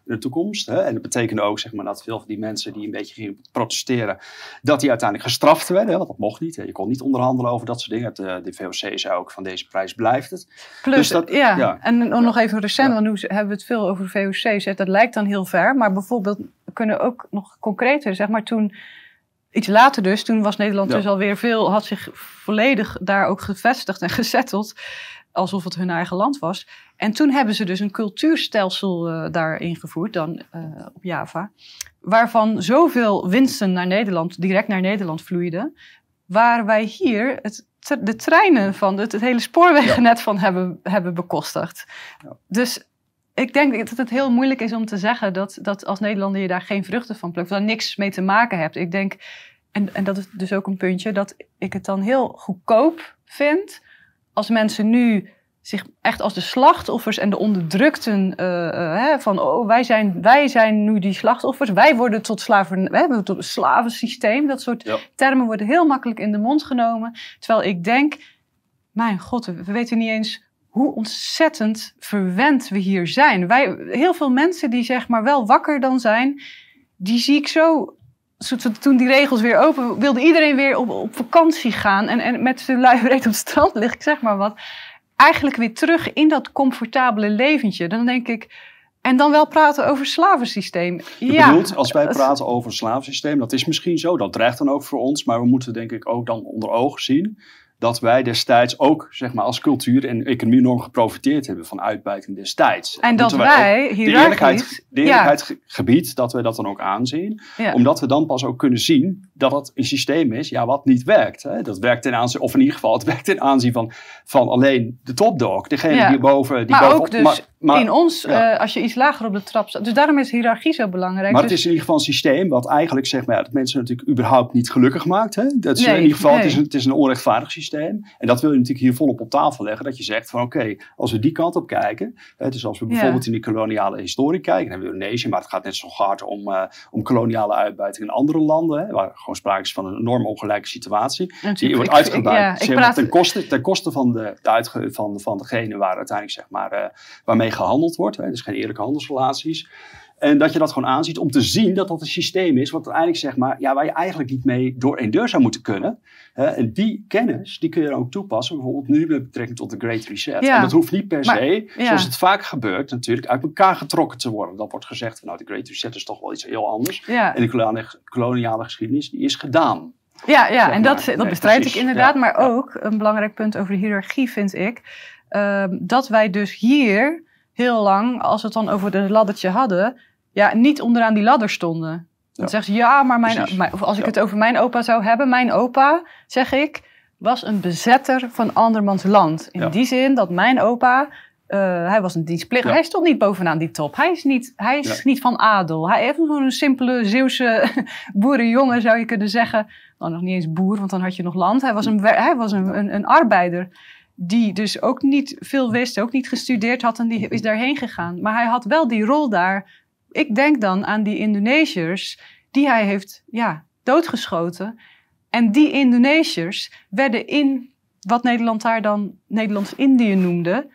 in de toekomst. Hè? En dat betekende ook zeg maar, dat veel van die mensen die een beetje gingen protesteren, dat die uiteindelijk gestraft werden. Hè? Want dat mocht niet. Hè? Je kon niet onderhandelen over dat soort dingen. De, de V O C zei ook van deze prijs blijft het. Plus, dus dat, ja. ja. En ja. nog even recent, ja. want nu hebben we het veel over de V O C. Dat lijkt dan heel ver. Maar bijvoorbeeld, we kunnen ook nog concreter, zeg maar toen... Iets later dus, toen was Nederland ja. dus alweer veel, had zich volledig daar ook gevestigd en gezetteld, alsof het hun eigen land was. En toen hebben ze dus een cultuurstelsel uh, daar ingevoerd, dan uh, op Java, waarvan zoveel winsten naar Nederland, direct naar Nederland vloeiden, waar wij hier het, de treinen van het, het hele spoorwegennet ja. van hebben, hebben bekostigd. Ja. Dus ik denk dat het heel moeilijk is om te zeggen dat, dat als Nederlander je daar geen vruchten van plukt, of daar niks mee te maken hebt. Ik denk, en, en dat is dus ook een puntje, dat ik het dan heel goedkoop vind als mensen nu zich echt als de slachtoffers en de onderdrukten uh, uh, hè, van oh, wij zijn, wij zijn nu die slachtoffers, wij worden tot slaven, we hebben tot een slavensysteem, dat soort ja. termen worden heel makkelijk in de mond genomen. Terwijl ik denk, mijn god, we weten niet eens hoe ontzettend verwend we hier zijn. Wij, heel veel mensen die zeg maar wel wakker dan zijn, die zie ik zo... Toen die regels weer open, wilde iedereen weer op, op vakantie gaan en, en met zijn luie reet op het strand liggen, ik zeg maar wat. Eigenlijk weer terug in dat comfortabele leventje. Dan denk ik, en dan wel praten over slavensysteem. Je ja, bedoelt, als wij praten over een slavensysteem, dat is misschien zo, dat dreigt dan ook voor ons, maar we moeten denk ik ook dan onder ogen zien dat wij destijds ook, zeg maar, als cultuur en economie enorm geprofiteerd hebben van uitbuiting destijds. En dat wij, wij de eerlijkheid, de eerlijkheid ja. gebied, dat we dat dan ook aanzien. Ja. Omdat we dan pas ook kunnen zien dat het een systeem is, ja, wat niet werkt. Hè. Dat werkt ten aanzien, of in ieder geval, het werkt ten aanzien van, van alleen de topdog. Degene ja. die boven... Die maar boven, ook dus maar, maar, in ons, ja. uh, als je iets lager op de trap staat. Dus daarom is hiërarchie zo belangrijk. Maar dus... het is in ieder geval een systeem wat eigenlijk, zeg maar, ja, dat mensen natuurlijk überhaupt niet gelukkig maakt. Hè. Dat is nee, in ieder geval, nee. het, is een, het is een onrechtvaardig systeem. En dat wil je natuurlijk hier volop op tafel leggen. Dat je zegt van oké, okay, als we die kant op kijken. Hè, dus als we bijvoorbeeld ja. in die koloniale historie kijken. Dan hebben we Indonesië, maar het gaat net zo hard om, uh, om koloniale uitbuiting in andere landen. Hè, waar gewoon sprake is van een enorm ongelijke situatie. Die wordt uitgebuit ja, zeg maar, praat... ten, koste, ten koste van, de, de uitge, van, van degene waar uiteindelijk zeg maar, uh, waarmee gehandeld wordt. Hè, dus geen eerlijke handelsrelaties. En dat je dat gewoon aanziet om te zien dat dat een systeem is wat uiteindelijk zeg maar, ja, waar je eigenlijk niet mee door één deur zou moeten kunnen. Uh, en die kennis, die kun je dan ook toepassen, bijvoorbeeld nu met betrekking tot de Great Reset. Ja. En dat hoeft niet per maar, se, ja. zoals het vaak gebeurt, natuurlijk uit elkaar getrokken te worden. Dat wordt gezegd van nou, de Great Reset is toch wel iets heel anders. Ja. En de koloniale, koloniale geschiedenis, die is gedaan. Ja, ja en dat, dat nee, bestrijd precies. ik inderdaad, ja. maar ook een belangrijk punt over de hiërarchie vind ik, uh, dat wij dus hier heel lang, als we het dan over het laddertje hadden, ja, niet onderaan die ladder stonden. Dan ja. zeggen ze, ja, maar mijn, mijn, of als ik ja. het over mijn opa zou hebben, mijn opa, zeg ik, was een bezetter van andermans land. In ja. die zin dat mijn opa, uh, hij was een dienstplichtig, ja. hij stond niet bovenaan die top. Hij is niet, hij is ja. niet van adel. Hij heeft gewoon een simpele Zeeuwse boerenjongen, zou je kunnen zeggen. Nou, nog niet eens boer, want dan had je nog land. Hij was een, hij was een, een, een arbeider. Die dus ook niet veel wist, ook niet gestudeerd had en die is daarheen gegaan. Maar hij had wel die rol daar. Ik denk dan aan die Indonesiërs die hij heeft ja, doodgeschoten. En die Indonesiërs werden in wat Nederland daar dan Nederlands-Indië noemde.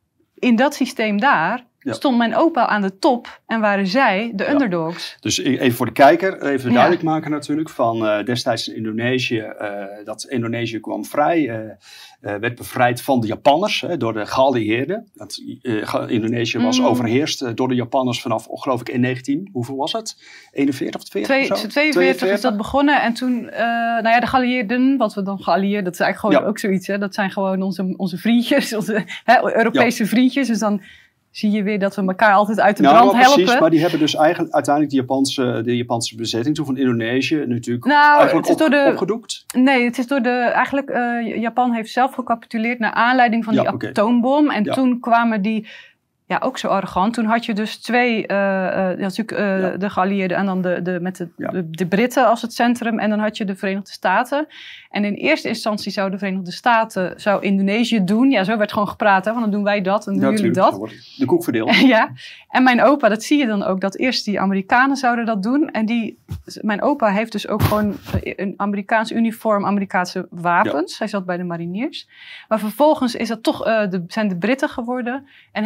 In dat systeem daar ja. stond mijn opa aan de top en waren zij de ja. underdogs. Dus even voor de kijker, even duidelijk ja. maken natuurlijk. Van uh, destijds in Indonesië, uh, dat Indonesië kwam vrij, uh, uh, werd bevrijd van de Japanners uh, door de geallieerden. Dat, uh, Indonesië was mm. overheerst uh, door de Japanners vanaf, oh, geloof ik, in negentien, hoeveel was het? eenenveertig of veertig Twee, of zo? tweeënveertig is dat begonnen en toen, uh, nou ja, de geallieerden, wat we dan geallieerd, dat is eigenlijk gewoon ja. ook zoiets. Hè? Dat zijn gewoon onze, onze vriendjes, onze hè, Europese ja. vriendjes, dus dan zie je weer dat we elkaar altijd uit de nou, brand maar helpen. Precies, maar die hebben dus eigenlijk uiteindelijk de Japanse, de Japanse bezetting toen van Indonesië natuurlijk nou, eigenlijk het is op, door de, opgedoekt. Nee, het is door de, eigenlijk, uh, Japan heeft zelf gecapituleerd naar aanleiding van ja, die okay. atoombom. En ja. toen kwamen die, ja, ook zo arrogant. Toen had je dus twee, uh, uh, natuurlijk uh, ja. de geallieerden en dan de, de, met de, ja. de, de Britten als het centrum. En dan had je de Verenigde Staten. En in eerste instantie zou de Verenigde Staten, zou Indonesië doen. Ja, zo werd gewoon gepraat, hè, want dan doen wij dat en dan doen ja, jullie dat. Dan wordt de koek verdeeld. Ja, en mijn opa, dat zie je dan ook, dat eerst die Amerikanen zouden dat doen. En die, mijn opa heeft dus ook gewoon een Amerikaans uniform, Amerikaanse wapens. Ja. Hij zat bij de mariniers. Maar vervolgens is dat toch, uh, de, zijn de Britten geworden en hebben de Britten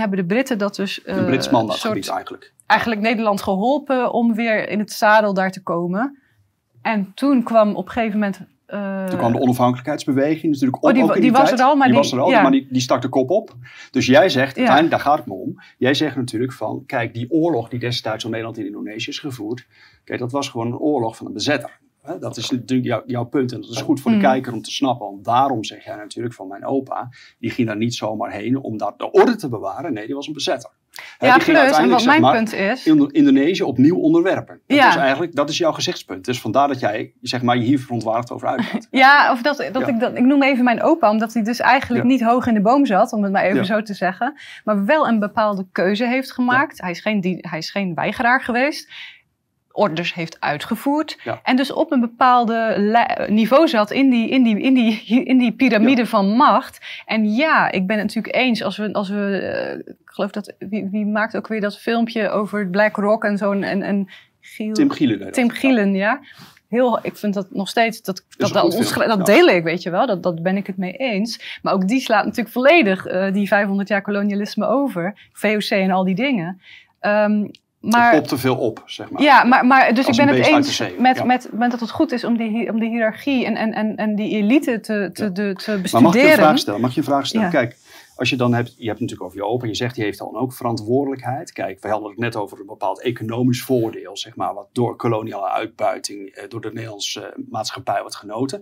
feite dat dus... Uh, een Brits mandaatgebied eigenlijk. Eigenlijk Nederland geholpen om weer in het zadel daar te komen. En toen kwam op een gegeven moment... Uh, toen kwam de onafhankelijkheidsbeweging natuurlijk op. Oh, die, ook in die, die was tijd. er al, maar die, die, was er al, ja. maar die, die stak de kop op. Dus jij zegt, ja. uiteindelijk, daar gaat het me om. Jij zegt natuurlijk van, kijk, die oorlog die destijds door Nederland in Indonesië is gevoerd. Kijk, dat was gewoon een oorlog van een bezetter. Dat is natuurlijk jou, jouw punt en dat is goed voor de mm. kijker om te snappen. Want daarom zeg jij natuurlijk van mijn opa, die ging daar niet zomaar heen om daar de orde te bewaren. Nee, die was een bezetter. Ja, die plus, en wat mijn maar, punt is... Indonesië opnieuw onderwerpen. Dat, ja. is eigenlijk, dat is jouw gezichtspunt. Dus vandaar dat jij zeg maar, je hier verontwaardigd over uitgaat. Ja, of dat, dat, ja. Ik, dat ik noem even mijn opa, omdat hij dus eigenlijk ja. niet hoog in de boom zat, om het maar even ja. zo te zeggen. Maar wel een bepaalde keuze heeft gemaakt. Ja. Hij, is geen, die, hij is geen weigeraar geweest. Orders heeft uitgevoerd. Ja. En dus op een bepaalde niveau zat in die, in die, in die, in die piramide ja. van macht. En ja, ik ben het natuurlijk eens als we... Als we uh, ik geloof dat... Wie, wie maakt ook weer dat filmpje over Black Rock en zo'n... En, en Giel, Tim Gielen. Tim Gielen, ja. Heel, ik vind dat nog steeds... Dat, dat, dat, dat, dat deel ik, weet je wel. Dat, dat ben ik het mee eens. Maar ook die slaat natuurlijk volledig uh, die vijfhonderd jaar kolonialisme over. V O C en al die dingen. Um, Maar, het popt te veel op, zeg maar. Ja, maar, maar dus als ik ben het eens met, ja. met, met dat het goed is om die, om die hiërarchie en, en, en, en die elite te, te, ja. de, te bestuderen. Maar mag je een vraag stellen? Mag je een vraag stellen? Ja. Kijk, als je dan hebt, je hebt natuurlijk over je opa, je zegt die heeft dan ook verantwoordelijkheid. Kijk, we hadden het net over een bepaald economisch voordeel, zeg maar, wat door koloniale uitbuiting, door de Nederlandse maatschappij wordt genoten.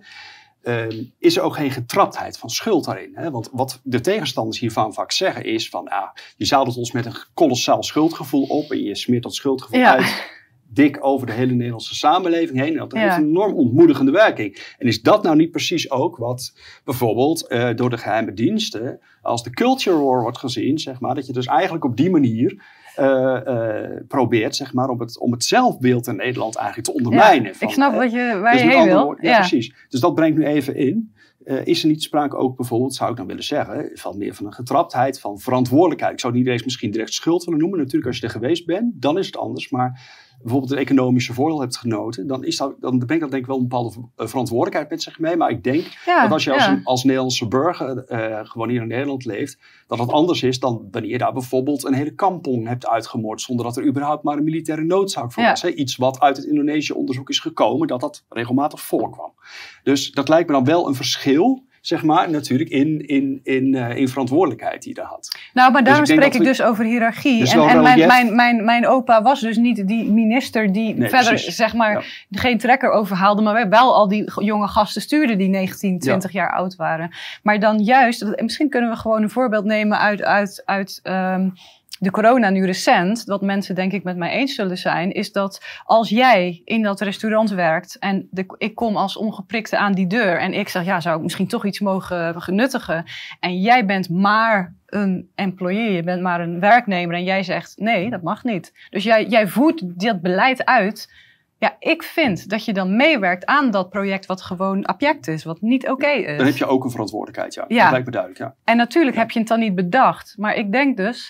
Um, is er ook geen getraptheid van schuld daarin. Hè? Want wat de tegenstanders hiervan vaak zeggen is van... Ah, je zadelt ons met een kolossaal schuldgevoel op... en je smeert dat schuldgevoel ja. uit dik over de hele Nederlandse samenleving heen. En dat ja. heeft een enorm ontmoedigende werking. En is dat nou niet precies ook wat bijvoorbeeld uh, door de geheime diensten... als de culture war wordt gezien, zeg maar... dat je dus eigenlijk op die manier... Uh, uh, probeert, zeg maar, om het, om het zelfbeeld in Nederland eigenlijk te ondermijnen. Ja, van, ik snap uh, wat je, waar dus je heen wil. Woord, ja, ja, precies. Dus dat brengt nu even in. Uh, is er niet sprake ook bijvoorbeeld, zou ik dan willen zeggen, van meer van een getraptheid, van verantwoordelijkheid. Ik zou het niet eens misschien direct schuld willen noemen. Natuurlijk, als je er geweest bent, dan is het anders. Maar bijvoorbeeld een economische voordeel hebt genoten, dan, is dat, dan brengt dat denk ik wel een bepaalde verantwoordelijkheid met zich mee. Maar ik denk ja, dat als je als, ja. een, als Nederlandse burger uh, gewoon hier in Nederland leeft, dat het anders is dan wanneer je daar bijvoorbeeld een hele kampong hebt uitgemoord zonder dat er überhaupt maar een militaire noodzaak voor ja. was. Hè? Iets wat uit het Indonesië-onderzoek is gekomen, dat dat regelmatig voorkwam. Dus dat lijkt me dan wel een verschil, zeg maar, natuurlijk in, in, in, uh, in verantwoordelijkheid die je daar had. Nou, maar daarom dus ik spreek ik we, dus over hiërarchie. Dus en en mijn, mijn, mijn, mijn opa was dus niet die minister die nee, verder, precies. zeg maar, ja. geen trekker overhaalde, maar wel al die jonge gasten stuurde die negentien, twintig ja. jaar oud waren. Maar dan juist, misschien kunnen we gewoon een voorbeeld nemen uit, uit, uit um, de corona nu recent, wat mensen denk ik met mij eens zullen zijn, is dat als jij in dat restaurant werkt en de, ik kom als ongeprikte aan die deur en ik zeg, ja, zou ik misschien toch iets mogen genuttigen en jij bent maar een employee, je bent maar een werknemer en jij zegt, nee, dat mag niet. Dus jij, jij voert dat beleid uit. Ja, ik vind dat je dan meewerkt aan dat project wat gewoon abject is, wat niet oké okay is. Dan heb je ook een verantwoordelijkheid, ja. ja. Dat lijkt me duidelijk, ja. En natuurlijk ja. heb je het dan niet bedacht, maar ik denk dus...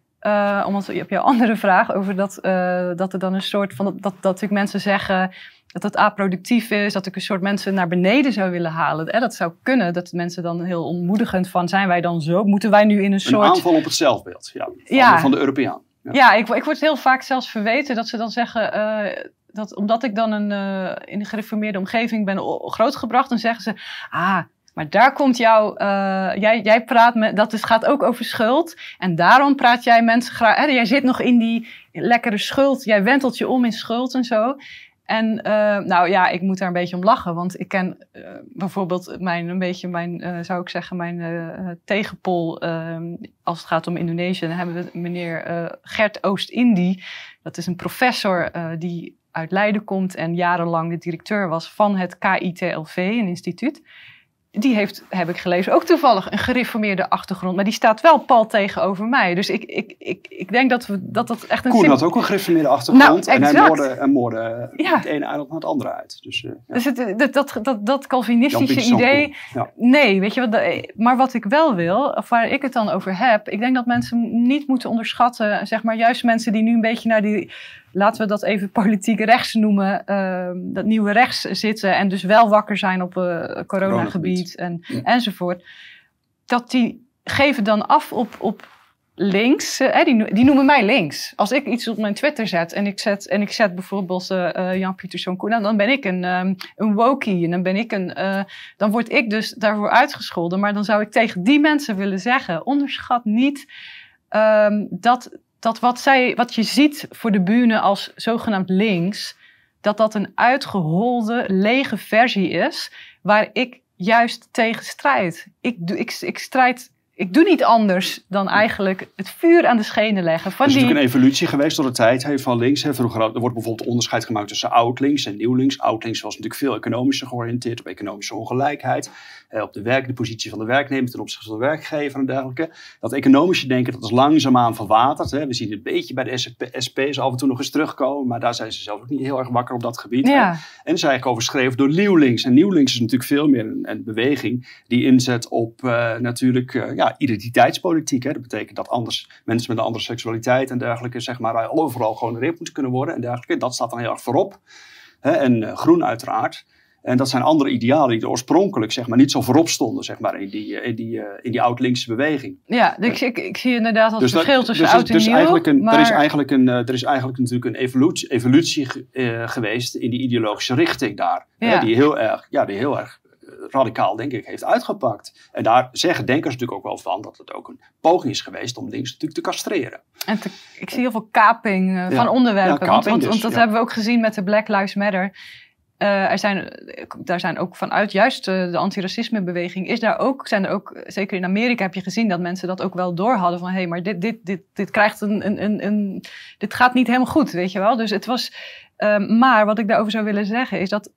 Uh, omdat je op jouw andere vraag over dat, uh, dat er dan een soort van... Dat, dat, dat natuurlijk mensen zeggen dat het aproductief is. Dat ik een soort mensen naar beneden zou willen halen. Eh, dat zou kunnen. Dat mensen dan heel ontmoedigend van... Zijn wij dan zo? Moeten wij nu in een, een soort... Een aanval op het zelfbeeld, ja. Van, ja. van de Europeaan. Ja, ja ik, ik word heel vaak zelfs verweten dat ze dan zeggen... Uh, dat omdat ik dan een, uh, in een gereformeerde omgeving ben grootgebracht... dan zeggen ze... ah. Maar daar komt jouw, uh, jij, jij praat met, dat is, gaat ook over schuld. En daarom praat jij mensen graag, hè, jij zit nog in die lekkere schuld. Jij wentelt je om in schuld en zo. En uh, nou ja, ik moet daar een beetje om lachen. Want ik ken uh, bijvoorbeeld mijn, een beetje mijn, uh, zou ik zeggen, mijn uh, tegenpol. Uh, als het gaat om Indonesië, dan hebben we meneer uh, Gert Oost-Indie. Dat is een professor uh, die uit Leiden komt en jarenlang de directeur was van het K I T L V, een instituut. Die heeft, heb ik gelezen, ook toevallig een gereformeerde achtergrond. Maar die staat wel pal tegenover mij. Dus ik, ik, ik, ik denk dat we, dat, dat echt een... Koen had ook een gereformeerde achtergrond. Nou, en hij moorde, en moorde ja. het ene eiland naar het andere uit. Dus, uh, ja. dus het, dat, dat, dat, dat Calvinistische idee... Ja. Nee, weet je wat? Maar wat ik wel wil, of waar ik het dan over heb... Ik denk dat mensen niet moeten onderschatten... zeg maar juist mensen die nu een beetje naar die... Laten we dat even politiek rechts noemen, uh, dat nieuwe rechts zitten en dus wel wakker zijn op uh, coronagebied en, ja. enzovoort. Dat die geven dan af op, op links, uh, die, die noemen mij links. Als ik iets op mijn Twitter zet en ik zet, en ik zet bijvoorbeeld uh, uh, Jan Pieterszoon Koen, dan ben ik een, um, een wokie en dan ben ik een, uh, dan word ik dus daarvoor uitgescholden. Maar dan zou ik tegen die mensen willen zeggen, onderschat niet um, dat, dat wat, zij, wat je ziet voor de bühne als zogenaamd links, dat dat een uitgeholde, lege versie is, waar ik juist tegen strijd. Ik, ik, ik strijd... Ik doe niet anders dan eigenlijk het vuur aan de schenen leggen. Van er is die... natuurlijk een evolutie geweest door de tijd he, van links. He. Vroeger er wordt bijvoorbeeld onderscheid gemaakt tussen oud-links en nieuw-links. Oud-links was natuurlijk veel economischer georiënteerd op economische ongelijkheid. Eh, op de, werk, de positie van de werknemer ten opzichte van de werkgever en dergelijke. Dat economische denken dat is langzaamaan verwaterd. He. We zien het een beetje bij de S P's af en toe nog eens terugkomen. Maar daar zijn ze zelf ook niet heel erg wakker op dat gebied. Ja. En ze is eigenlijk overschreven door nieuw-links. En nieuw-links is natuurlijk veel meer een, een beweging die inzet op uh, natuurlijk... Uh, ja, identiteitspolitiek. Hè. Dat betekent dat anders, mensen met een andere seksualiteit en dergelijke, zeg maar, overal gewoon erin moeten kunnen worden en dergelijke. Dat staat dan heel erg voorop. Hè. En uh, groen uiteraard. En dat zijn andere idealen die er oorspronkelijk, zeg maar, niet zo voorop stonden, zeg maar, in die, in die, uh, in die oud-linkse beweging. Ja, dus ik, ik zie inderdaad als dus verschil dat, tussen dus, oud en dus nieuw. Eigenlijk een, maar... er, is eigenlijk een, uh, er is eigenlijk natuurlijk een evolutie, evolutie uh, geweest in die ideologische richting daar. Ja. Hè, die heel erg, ja, die heel erg radicaal, denk ik, heeft uitgepakt. En daar zeggen denkers natuurlijk ook wel van dat het ook een poging is geweest om links natuurlijk te castreren. En te, ik zie heel veel kaping uh, ja. van onderwerpen. Ja, want, want, dus, want dat ja. hebben we ook gezien met de Black Lives Matter. Uh, er zijn, daar zijn ook vanuit juist uh, de antiracismebeweging is daar ook, zijn er ook, zeker in Amerika heb je gezien dat mensen dat ook wel door hadden van hé, hey, maar dit, dit, dit, dit krijgt een, een, een, een, dit gaat niet helemaal goed, weet je wel. Dus het was, uh, maar wat ik daarover zou willen zeggen is dat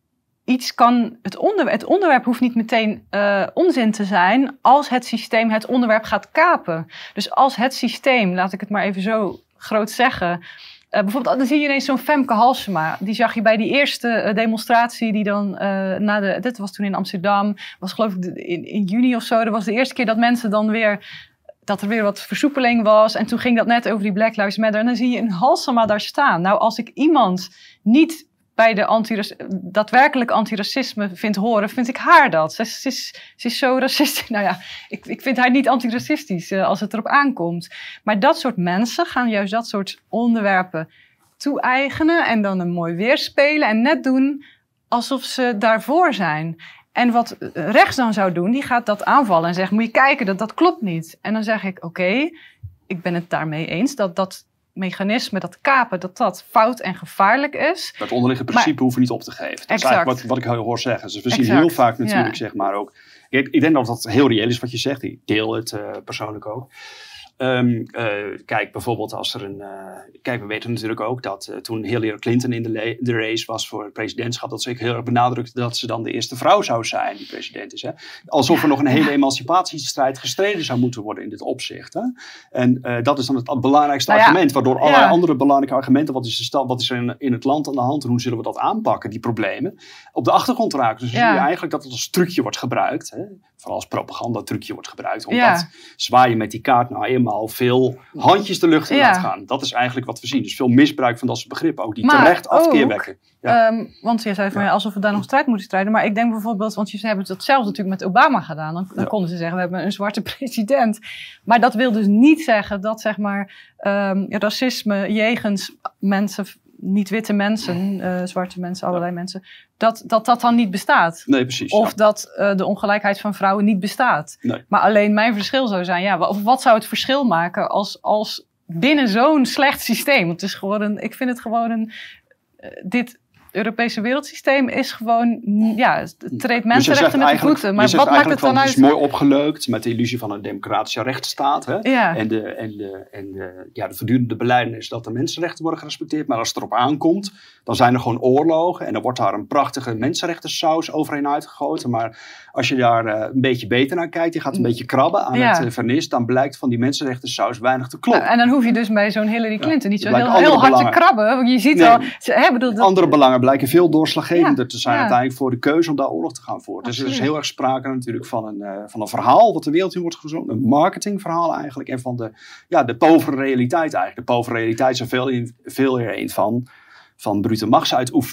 iets kan, het onderwerp, het onderwerp hoeft niet meteen uh, onzin te zijn als het systeem het onderwerp gaat kapen. Dus als het systeem, laat ik het maar even zo groot zeggen, Uh, bijvoorbeeld, dan zie je ineens zo'n Femke Halsema. Die zag je bij die eerste uh, demonstratie die dan, uh, na de, dit was toen in Amsterdam, was geloof ik de, in, in juni of zo. Dat was de eerste keer dat mensen dan weer, dat er weer wat versoepeling was. En toen ging dat net over die Black Lives Matter. En dan zie je een Halsema daar staan. Nou, als ik iemand niet bij de anti daadwerkelijk antiracisme vind horen, vind ik haar dat. Ze, ze, is, ze is zo racistisch. Nou ja, ik, ik vind haar niet antiracistisch uh, als het erop aankomt. Maar dat soort mensen gaan juist dat soort onderwerpen toe-eigenen en dan een mooi weerspelen en net doen alsof ze daarvoor zijn. En wat rechts dan zou doen, die gaat dat aanvallen en zegt, moet je kijken, dat, dat klopt niet. En dan zeg ik, oké, okay, ik ben het daarmee eens dat dat mechanisme, dat kapen, dat dat fout en gevaarlijk is. Dat onderliggende principe maar, hoeven we niet op te geven. Dat exact. is eigenlijk wat, wat ik hoor zeggen. Dus we zien exact. heel vaak natuurlijk, ja. zeg maar ook. Ik, ik denk dat dat heel reëel is wat je zegt. Ik deel het uh, persoonlijk ook. Um, uh, kijk, bijvoorbeeld als er een... Uh, kijk, we weten natuurlijk ook dat uh, toen Hillary Clinton in de, le- de race was voor het presidentschap, dat ze heel erg benadrukte dat ze dan de eerste vrouw zou zijn die president is. Hè? Alsof ja, er nog een hele ja. emancipatiestrijd gestreden zou moeten worden in dit opzicht. Hè? En uh, dat is dan het belangrijkste nou ja, argument, waardoor ja. allerlei andere belangrijke argumenten, wat is, de sta- wat is er in, in het land aan de hand en hoe zullen we dat aanpakken, die problemen, op de achtergrond raken. Dus dan ja. zie je eigenlijk dat het als trucje wordt gebruikt. Hè? Vooral als propagandatrucje wordt gebruikt. Omdat ja. zwaaien met die kaart nou eenmaal veel handjes de lucht in ja. laat gaan. Dat is eigenlijk wat we zien. Dus veel misbruik van dat soort begrippen. Ook die maar terecht afkeer wekken. Ja. Um, want je zei van ja. Ja, alsof we daar nog strijd moeten strijden. Maar ik denk bijvoorbeeld, want ze hebben het zelfs natuurlijk met Obama gedaan. Dan, dan ja. konden ze zeggen, we hebben een zwarte president. Maar dat wil dus niet zeggen dat zeg maar um, racisme jegens mensen, niet-witte mensen, uh, zwarte mensen, allerlei ja. mensen, dat, dat dat dan niet bestaat. Nee, precies. Of ja. dat uh, de ongelijkheid van vrouwen niet bestaat. Nee. Maar alleen mijn verschil zou zijn, ja, of wat zou het verschil maken als, als binnen zo'n slecht systeem? Want het is gewoon een, ik vind het gewoon een, uh, dit Europese wereldsysteem is gewoon, ja, het treedt mensenrechten dus met de voeten. Maar wat maakt het dan uit? Het is mooi opgeleukt met de illusie van een democratische rechtsstaat. Hè? Ja. En, de, en, de, en de, ja, de voortdurende beleiden is dat de mensenrechten worden gerespecteerd. Maar als het erop aankomt, dan zijn er gewoon oorlogen. En dan wordt daar een prachtige mensenrechtensaus overheen uitgegoten. Maar als je daar uh, een beetje beter naar kijkt, je gaat een beetje krabben aan ja. het uh, vernis, dan blijkt van die mensenrechtensaus weinig te kloppen. Nou, en dan hoef je dus bij zo'n Hillary Clinton ja, niet zo heel, heel hard belangen. te krabben. Je ziet nee, wel, ze, hè, bedoel, dat, andere belangen blijken veel doorslaggevender ja, te zijn ja. uiteindelijk voor de keuze om daar oorlog te gaan voeren. Dus er is heel erg sprake natuurlijk van een, uh, van een verhaal wat de wereld in wordt gezongen. Een marketingverhaal eigenlijk. En van de, ja, de povere realiteit eigenlijk. De povere realiteit is er veel, in, veel eer een van, van brute machtsuitoefening.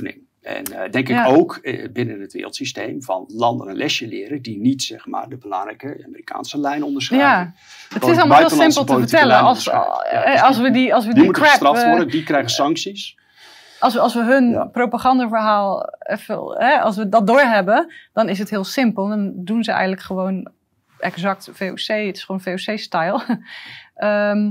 En uh, denk ja. ik ook uh, binnen het wereldsysteem van landen een lesje leren die niet zeg maar de belangrijke Amerikaanse lijn onderschrijven. Ja, het is allemaal heel simpel te vertellen. Als, ja, dus als we die, als we die, die moeten crap, gestraft uh, worden, die krijgen sancties. Als we, als we hun ja. propagandaverhaal even, hè, als we dat doorhebben, dan is het heel simpel. Dan doen ze eigenlijk gewoon exact V O C. Het is gewoon V O C-style. um,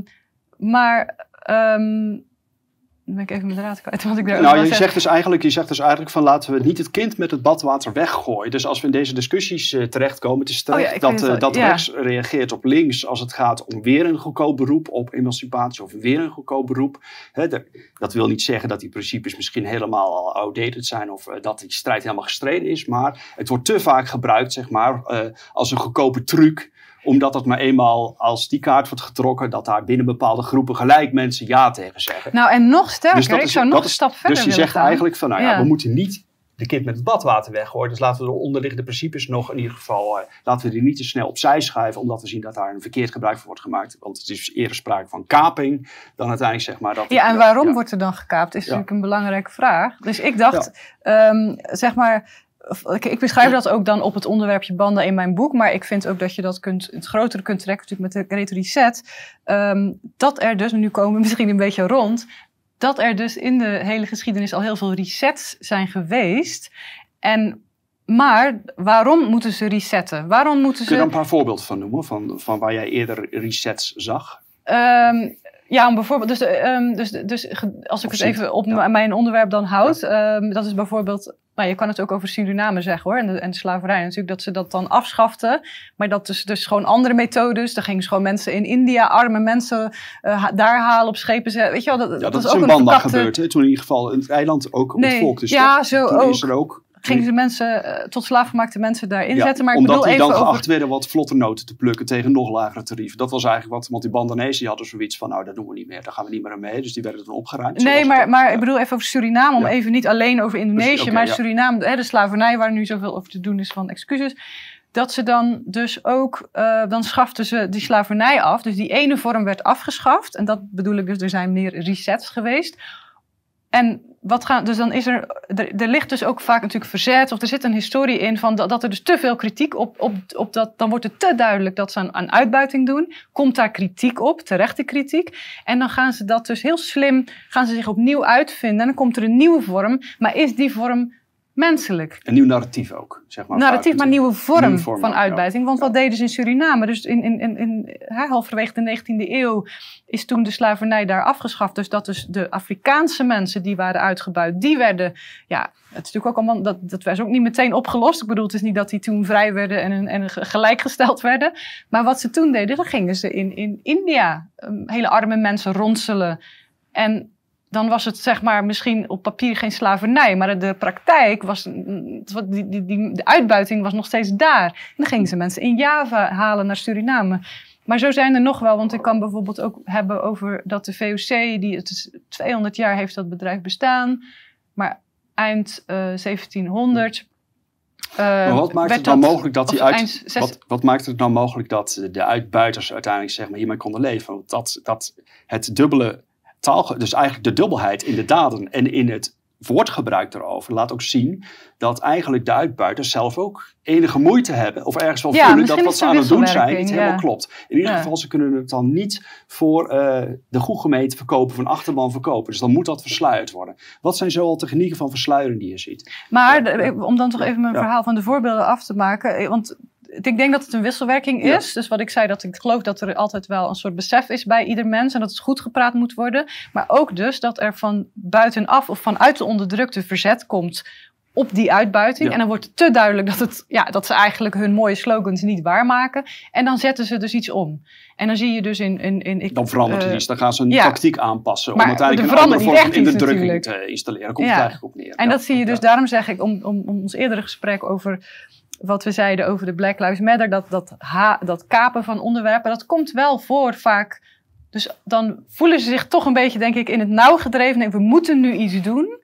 maar um, dan ben ik even mijn draad kwijt. Wat ik daar nou, je zegt, dus eigenlijk, je zegt dus eigenlijk van laten we niet het kind met het badwater weggooien. Dus als we in deze discussies uh, terechtkomen, het is terecht oh ja, dat, uh, dat ja. rechts reageert op links als het gaat om weer een goedkoop beroep op emancipatie of weer een goedkoop beroep. He, de, dat wil niet zeggen dat die principes misschien helemaal al outdated zijn of uh, dat die strijd helemaal gestreden is, maar het wordt te vaak gebruikt zeg maar uh, als een goedkope truc. Omdat het maar eenmaal als die kaart wordt getrokken, dat daar binnen bepaalde groepen gelijk mensen ja tegen zeggen. Nou, en nog sterker, dus ik is, zou nog een stap verder Dus je zegt gaan. eigenlijk van, nou ja, ja, we moeten niet de kind met het badwater weggooien. Dus laten we de onderliggende principes nog in ieder geval, uh, laten we die niet te snel opzij schuiven, omdat we zien dat daar een verkeerd gebruik van wordt gemaakt. Want het is eerder sprake van kaping dan uiteindelijk zeg maar dat... Ja, het, en waarom ja. wordt er dan gekaapt, is ja. natuurlijk een belangrijke vraag. Dus ik dacht, ja. um, zeg maar... Ik beschrijf dat ook dan op het onderwerpje banden in mijn boek. Maar ik vind ook dat je dat kunt, het grotere kunt trekken natuurlijk met de Great Reset. Um, dat er dus, nu komen we misschien een beetje rond. Dat er dus in de hele geschiedenis al heel veel resets zijn geweest. En, maar waarom moeten ze resetten? Waarom moeten ze... Kun je er een paar voorbeelden van noemen? Van, van waar jij eerder resets zag? Um, Ja, om bijvoorbeeld, dus, um, dus, dus als ik of het even op ja. mijn onderwerp dan houd, ja. um, dat is bijvoorbeeld, nou, je kan het ook over Suriname zeggen hoor, en de, en de slavernij natuurlijk, dat ze dat dan afschaften, maar dat dus, dus gewoon andere methodes, daar gingen ze gewoon mensen in India, arme mensen, uh, daar halen op schepen, weet je wel, dat, ja, dat, dat is is ook in een Banda verkapte... gebeurd, hè? Toen in ieder geval het eiland ook op nee, het volk. Dus ja, dat, zo toen ook. Is er ook gingen ze mensen uh, tot slaafgemaakte mensen daarin ja, zetten. Maar ik omdat bedoel die even dan geacht over... werden wat vlotte noten te plukken tegen nog lagere tarieven. Dat was eigenlijk wat, want die Bandanezen hadden zoiets van, nou dat doen we niet meer, daar gaan we niet meer aan mee. Dus die werden dan opgeruimd. Nee, maar, dan, maar ja. ik bedoel even over Suriname, om ja. even niet alleen over Indonesië, dus, okay, maar ja. Suriname, hè, de slavernij waar nu zoveel over te doen is van excuses. Dat ze dan dus ook, uh, dan schaften ze die slavernij af. Dus die ene vorm werd afgeschaft. En dat bedoel ik dus, er zijn meer resets geweest. En wat gaan, dus dan is er, er, er ligt dus ook vaak natuurlijk verzet, of er zit een historie in van dat, dat er dus te veel kritiek op, op, op dat, dan wordt het te duidelijk dat ze aan, aan uitbuiting doen. Komt daar kritiek op, terechte kritiek. En dan gaan ze dat dus heel slim, gaan ze zich opnieuw uitvinden. En dan komt er een nieuwe vorm, maar is die vorm menselijk? Een nieuw narratief ook, zeg maar. Narratief, maar een nieuwe vorm, nieuwe vorm van uitbuiting. Ja. Want wat deden ze in Suriname? Dus in, in, in, in halverwege de negentiende eeuw is toen de slavernij daar afgeschaft. Dus dat dus de Afrikaanse mensen die waren uitgebuit, die werden, ja, het is natuurlijk ook allemaal, dat, dat was ook niet meteen opgelost. Ik bedoel, het is niet dat die toen vrij werden en, en gelijkgesteld werden. Maar wat ze toen deden, dan gingen ze in, in India um, hele arme mensen ronselen. En dan was het zeg maar misschien op papier geen slavernij, maar de praktijk was, die, die, die, de uitbuiting was nog steeds daar. En dan gingen ze mensen in Java halen naar Suriname. Maar zo zijn er nog wel, want ik kan bijvoorbeeld ook hebben over dat de V O C, die, het is tweehonderd jaar heeft dat bedrijf bestaan, maar eind uh, zeventienhonderd... Uh, maar wat maakt het nou mogelijk dat die uit, zes... wat, wat maakt het nou mogelijk dat de uitbuiters uiteindelijk zeg maar hiermee konden leven? Want dat, dat het dubbele taal, dus eigenlijk de dubbelheid in de daden en in het woordgebruik erover laat ook zien dat eigenlijk de uitbuiters zelf ook enige moeite hebben of ergens wel ja, voelen dat wat ze aan het doen zijn niet ja. helemaal klopt. In ieder ja. geval, ze kunnen het dan niet voor uh, de goede gemeente verkopen, van achterban verkopen. Dus dan moet dat versluierd worden. Wat zijn zoal technieken van versluiering die je ziet? Maar ja. de, om dan toch even mijn ja. verhaal van de voorbeelden af te maken, want ik denk dat het een wisselwerking is. Ja. Dus wat ik zei, dat ik geloof dat er altijd wel een soort besef is bij ieder mens. En dat het goed gepraat moet worden. Maar ook dus dat er van buitenaf of vanuit de onderdrukte verzet komt op die uitbuiting. Ja. En dan wordt het te duidelijk dat, het, ja, dat ze eigenlijk hun mooie slogans niet waarmaken. En dan zetten ze dus iets om. En dan zie je dus in... in, in ik, dan verandert er uh, iets. Dan gaan ze een ja. tactiek aanpassen. Maar om uiteindelijk een andere vorm van onderdrukking te installeren. Komt ja. het eigenlijk op neer. En ja. dat zie je dus, ja. daarom zeg ik, om, om, om ons eerdere gesprek over wat we zeiden over de Black Lives Matter, dat, dat, ha, dat kapen van onderwerpen, dat komt wel voor vaak. Dus dan voelen ze zich toch een beetje, denk ik, in het nauw gedreven. Denk, we moeten nu iets doen.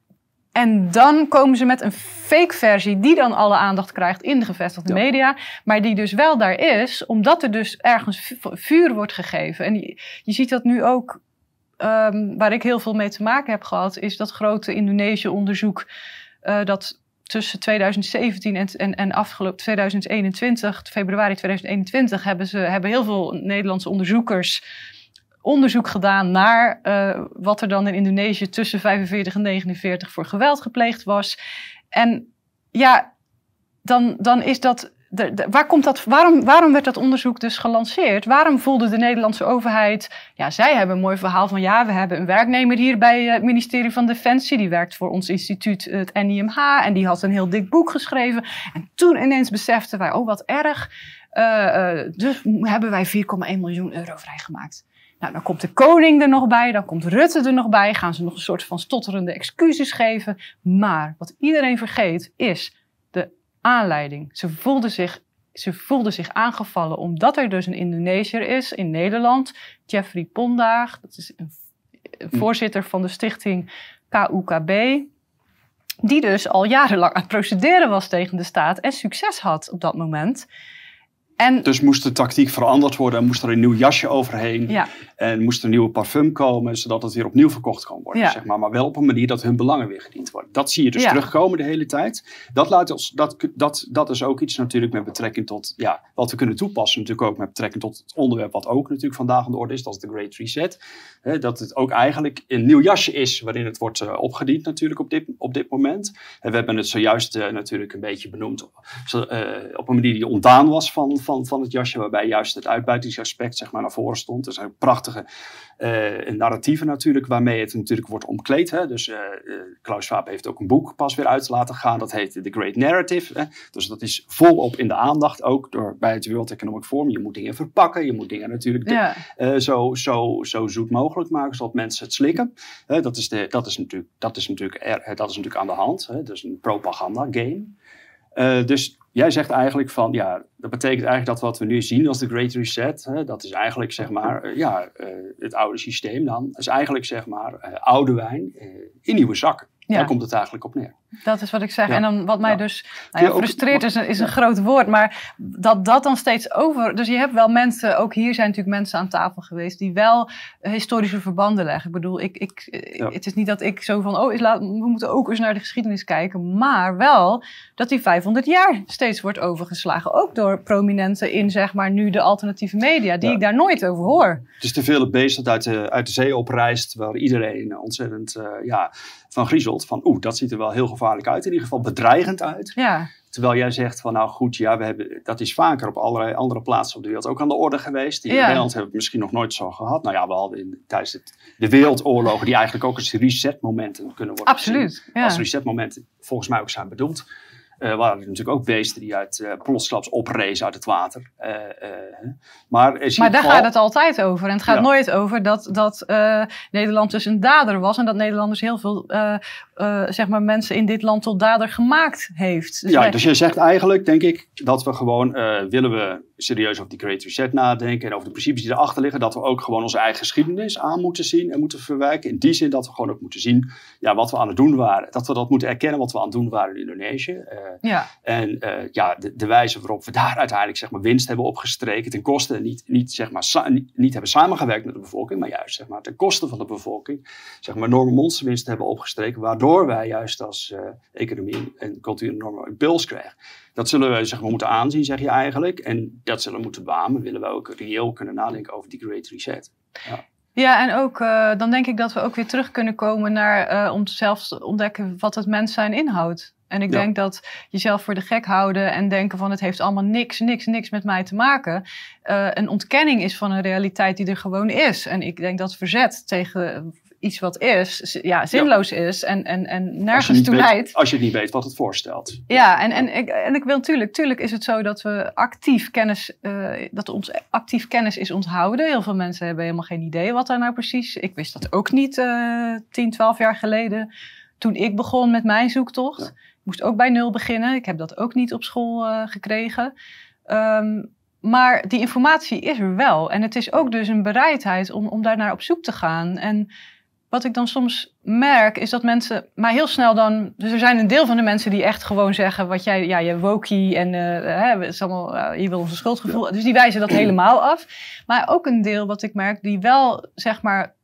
En dan komen ze met een fake versie die dan alle aandacht krijgt in de gevestigde ja. media. Maar die dus wel daar is, omdat er dus ergens vuur wordt gegeven. En je, je ziet dat nu ook um, waar ik heel veel mee te maken heb gehad, is dat grote Indonesië-onderzoek uh, dat tussen tweeduizend zeventien en, en, en afgelopen tweeduizend eenentwintig, februari tweeduizend eenentwintig, hebben, ze, hebben heel veel Nederlandse onderzoekers onderzoek gedaan naar uh, wat er dan in Indonesië tussen vijfenveertig en negenenveertig voor geweld gepleegd was. En ja, dan, dan is dat... De, de, waar komt dat, waarom, waarom werd dat onderzoek dus gelanceerd? Waarom voelde de Nederlandse overheid... Ja, zij hebben een mooi verhaal van... Ja, we hebben een werknemer hier bij het ministerie van Defensie. Die werkt voor ons instituut, het N I M H. En die had een heel dik boek geschreven. En toen ineens beseften wij... Oh, wat erg. Uh, uh, dus hebben wij vier komma één miljoen euro vrijgemaakt. Nou, dan komt de koning er nog bij. Dan komt Rutte er nog bij. Gaan ze nog een soort van stotterende excuses geven. Maar wat iedereen vergeet is... de aanleiding. Ze voelde zich, ze voelde zich aangevallen omdat er dus een Indonesiër is in Nederland, Jeffrey Pondaag, dat is een, een voorzitter van de stichting K U K B, die dus al jarenlang aan het procederen was tegen de staat en succes had op dat moment. En, dus moest de tactiek veranderd worden en moest er een nieuw jasje overheen. Ja. En moest er een nieuwe parfum komen, zodat het weer opnieuw verkocht kan worden. Ja. Zeg maar, maar wel op een manier dat hun belangen weer gediend worden. Dat zie je dus ja. terugkomen de hele tijd. Dat, laat ons, dat, dat, dat is ook iets natuurlijk met betrekking tot ja, wat we kunnen toepassen. Natuurlijk ook met betrekking tot het onderwerp wat ook natuurlijk vandaag aan de orde is. Dat is de Great Reset. He, dat het ook eigenlijk een nieuw jasje is waarin het wordt uh, opgediend natuurlijk op dit, op dit moment. En we hebben het zojuist uh, natuurlijk een beetje benoemd zo, uh, op een manier die ontdaan was van... van Van, van het jasje, waarbij juist het uitbuitingsaspect zeg maar, naar voren stond. Er zijn prachtige uh, narratieven natuurlijk, waarmee het natuurlijk wordt omkleed. Hè? Dus uh, uh, Klaus Schwab heeft ook een boek pas weer uit laten gaan. Dat heet The Great Narrative. Hè? Dus dat is volop in de aandacht, ook door, bij het World Economic Forum. Je moet dingen verpakken, je moet dingen natuurlijk de, ja. uh, zo, zo, zo zoet mogelijk maken, zodat mensen het slikken. Uh, dat, is de, dat, is natuurlijk, dat, is natuurlijk er, dat is natuurlijk aan de hand. Hè? Dat is een propaganda game. Uh, dus jij zegt eigenlijk van, ja, dat betekent eigenlijk dat wat we nu zien als de Great Reset, hè, dat is eigenlijk zeg maar, uh, ja, uh, het oude systeem dan, is eigenlijk zeg maar uh, oude wijn uh, in nieuwe zakken. Ja. Daar komt het eigenlijk op neer. Dat is wat ik zeg. Ja. En dan wat mij ja. dus nou ja, frustreert is een, is een ja. groot woord. Maar dat dat dan steeds over... Dus je hebt wel mensen, ook hier zijn natuurlijk mensen aan tafel geweest... die wel historische verbanden leggen. Ik bedoel, ik, ik, ja. het is niet dat ik zo van... oh, is, laat, we moeten ook eens naar de geschiedenis kijken. Maar wel dat die vijfhonderd jaar steeds wordt overgeslagen. Ook door prominenten in, zeg maar, nu de alternatieve media... die ja. ik daar nooit over hoor. Het is te veel het beest dat uit de, uit de zee opreist... waar iedereen ontzettend uh, ja, van griezelt. Van oeh, dat ziet er wel heel gevaarlijk uit. In ieder geval bedreigend uit. Ja. Terwijl jij zegt van nou goed, ja, we hebben, dat is vaker op allerlei andere plaatsen op de wereld ook aan de orde geweest. Die ja. in Nederland hebben we het misschien nog nooit zo gehad. Nou ja, we hadden in, tijdens het, de wereldoorlogen die eigenlijk ook als resetmomenten kunnen worden Absoluut, gezien. Ja. Als resetmomenten volgens mij ook zijn bedoeld. Uh, waren er natuurlijk ook beesten die uit uh, plotsklaps oprezen uit het water. Uh, uh, maar maar daar geval... gaat het altijd over. En het gaat ja. nooit over dat, dat uh, Nederland dus een dader was. En dat Nederlanders heel veel uh, uh, zeg maar mensen in dit land tot dader gemaakt heeft. Dus ja, wij... dus je zegt eigenlijk, denk ik, dat we gewoon, uh, willen we serieus over die Great Reset nadenken. En over de principes die erachter liggen. Dat we ook gewoon onze eigen geschiedenis aan moeten zien en moeten verwerken. In die zin dat we gewoon ook moeten zien ja, wat we aan het doen waren. Dat we dat moeten erkennen wat we aan het doen waren in Indonesië. Uh, Ja. En uh, ja, de, de wijze waarop we daar uiteindelijk zeg maar, winst hebben opgestreken ten koste, niet, niet, zeg maar, sa- niet, niet hebben samengewerkt met de bevolking, maar juist zeg maar, ten koste van de bevolking, zeg maar, enorme monsterwinst hebben opgestreken, waardoor wij juist als uh, economie en cultuur een enorme impuls krijgen. Dat zullen we zeg maar, moeten aanzien, zeg je eigenlijk, en dat zullen we moeten beamen, willen we ook reëel kunnen nadenken over die Great Reset. Ja. Ja, en ook uh, dan denk ik dat we ook weer terug kunnen komen naar uh, om zelf te ontdekken wat het mens zijn inhoudt. En ik ja. denk dat jezelf voor de gek houden en denken van het heeft allemaal niks, niks, niks met mij te maken. Uh, een ontkenning is van een realiteit die er gewoon is. En ik denk dat verzet tegen iets wat is, ja, zinloos ja. is en, en, en nergens toe leidt. Als je het niet weet wat het voorstelt. Ja, en, en, ik, en ik wil natuurlijk, tuurlijk is het zo dat we actief kennis, uh, dat ons actief kennis is onthouden. Heel veel mensen hebben helemaal geen idee wat daar nou precies. Ik wist dat ook niet uh, tien, twaalf jaar geleden. Toen ik begon met mijn zoektocht. Ja. Ik moest ook bij nul beginnen. Ik heb dat ook niet op school uh, gekregen. Um, maar die informatie is er wel. En het is ook dus een bereidheid om, om daar naar op zoek te gaan. En wat ik dan soms merk is dat mensen maar heel snel dan... Dus er zijn een deel van de mensen die echt gewoon zeggen... wat jij, ja, je wokie en uh, hè, het is allemaal, uh, je wil onze schuldgevoel. Ja. Dus die wijzen dat helemaal af. Maar ook een deel wat ik merk die wel, zeg maar...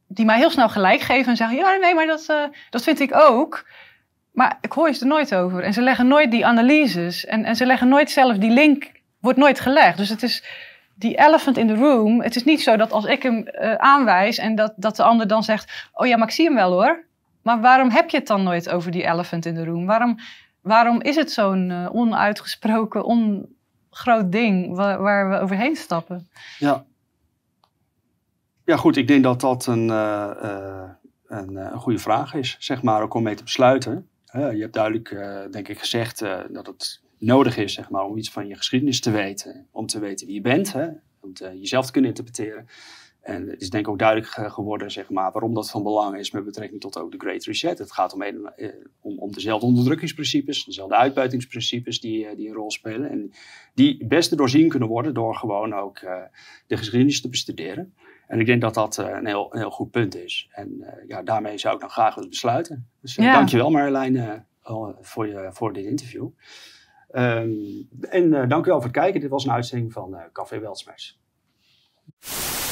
die mij heel snel gelijk geven en zeggen, ja, nee, maar dat, uh, dat vind ik ook. Maar ik hoor je er nooit over. En ze leggen nooit die analyses. En, en ze leggen nooit zelf, die link wordt nooit gelegd. Dus het is die elephant in the room. Het is niet zo dat als ik hem uh, aanwijs en dat, dat de ander dan zegt, oh ja, maar ik zie hem wel hoor. Maar waarom heb je het dan nooit over die elephant in the room? Waarom, waarom is het zo'n uh, onuitgesproken, ongroot ding waar, waar we overheen stappen? Ja. Ja, goed. Ik denk dat dat een, uh, uh, een, een goede vraag is, zeg maar, ook om mee te besluiten. Uh, je hebt duidelijk, uh, denk ik, gezegd uh, dat het nodig is, zeg maar, om iets van je geschiedenis te weten. Om te weten wie je bent, hè, om te, jezelf te kunnen interpreteren. En het is denk ik ook duidelijk geworden, zeg maar, waarom dat van belang is met betrekking tot ook de Great Reset. Het gaat om, een, om, om dezelfde onderdrukkingsprincipes, dezelfde uitbuitingsprincipes die, die een rol spelen. En die het beste doorzien kunnen worden door gewoon ook uh, de geschiedenis te bestuderen. En ik denk dat dat uh, een, heel, een heel goed punt is. En uh, ja, daarmee zou ik dan graag willen besluiten. Dus uh, ja. Dankjewel Marjolein uh, voor, je, voor dit interview. Um, en uh, dankjewel voor het kijken. Dit was een uitzending van uh, Café Weltschmerz.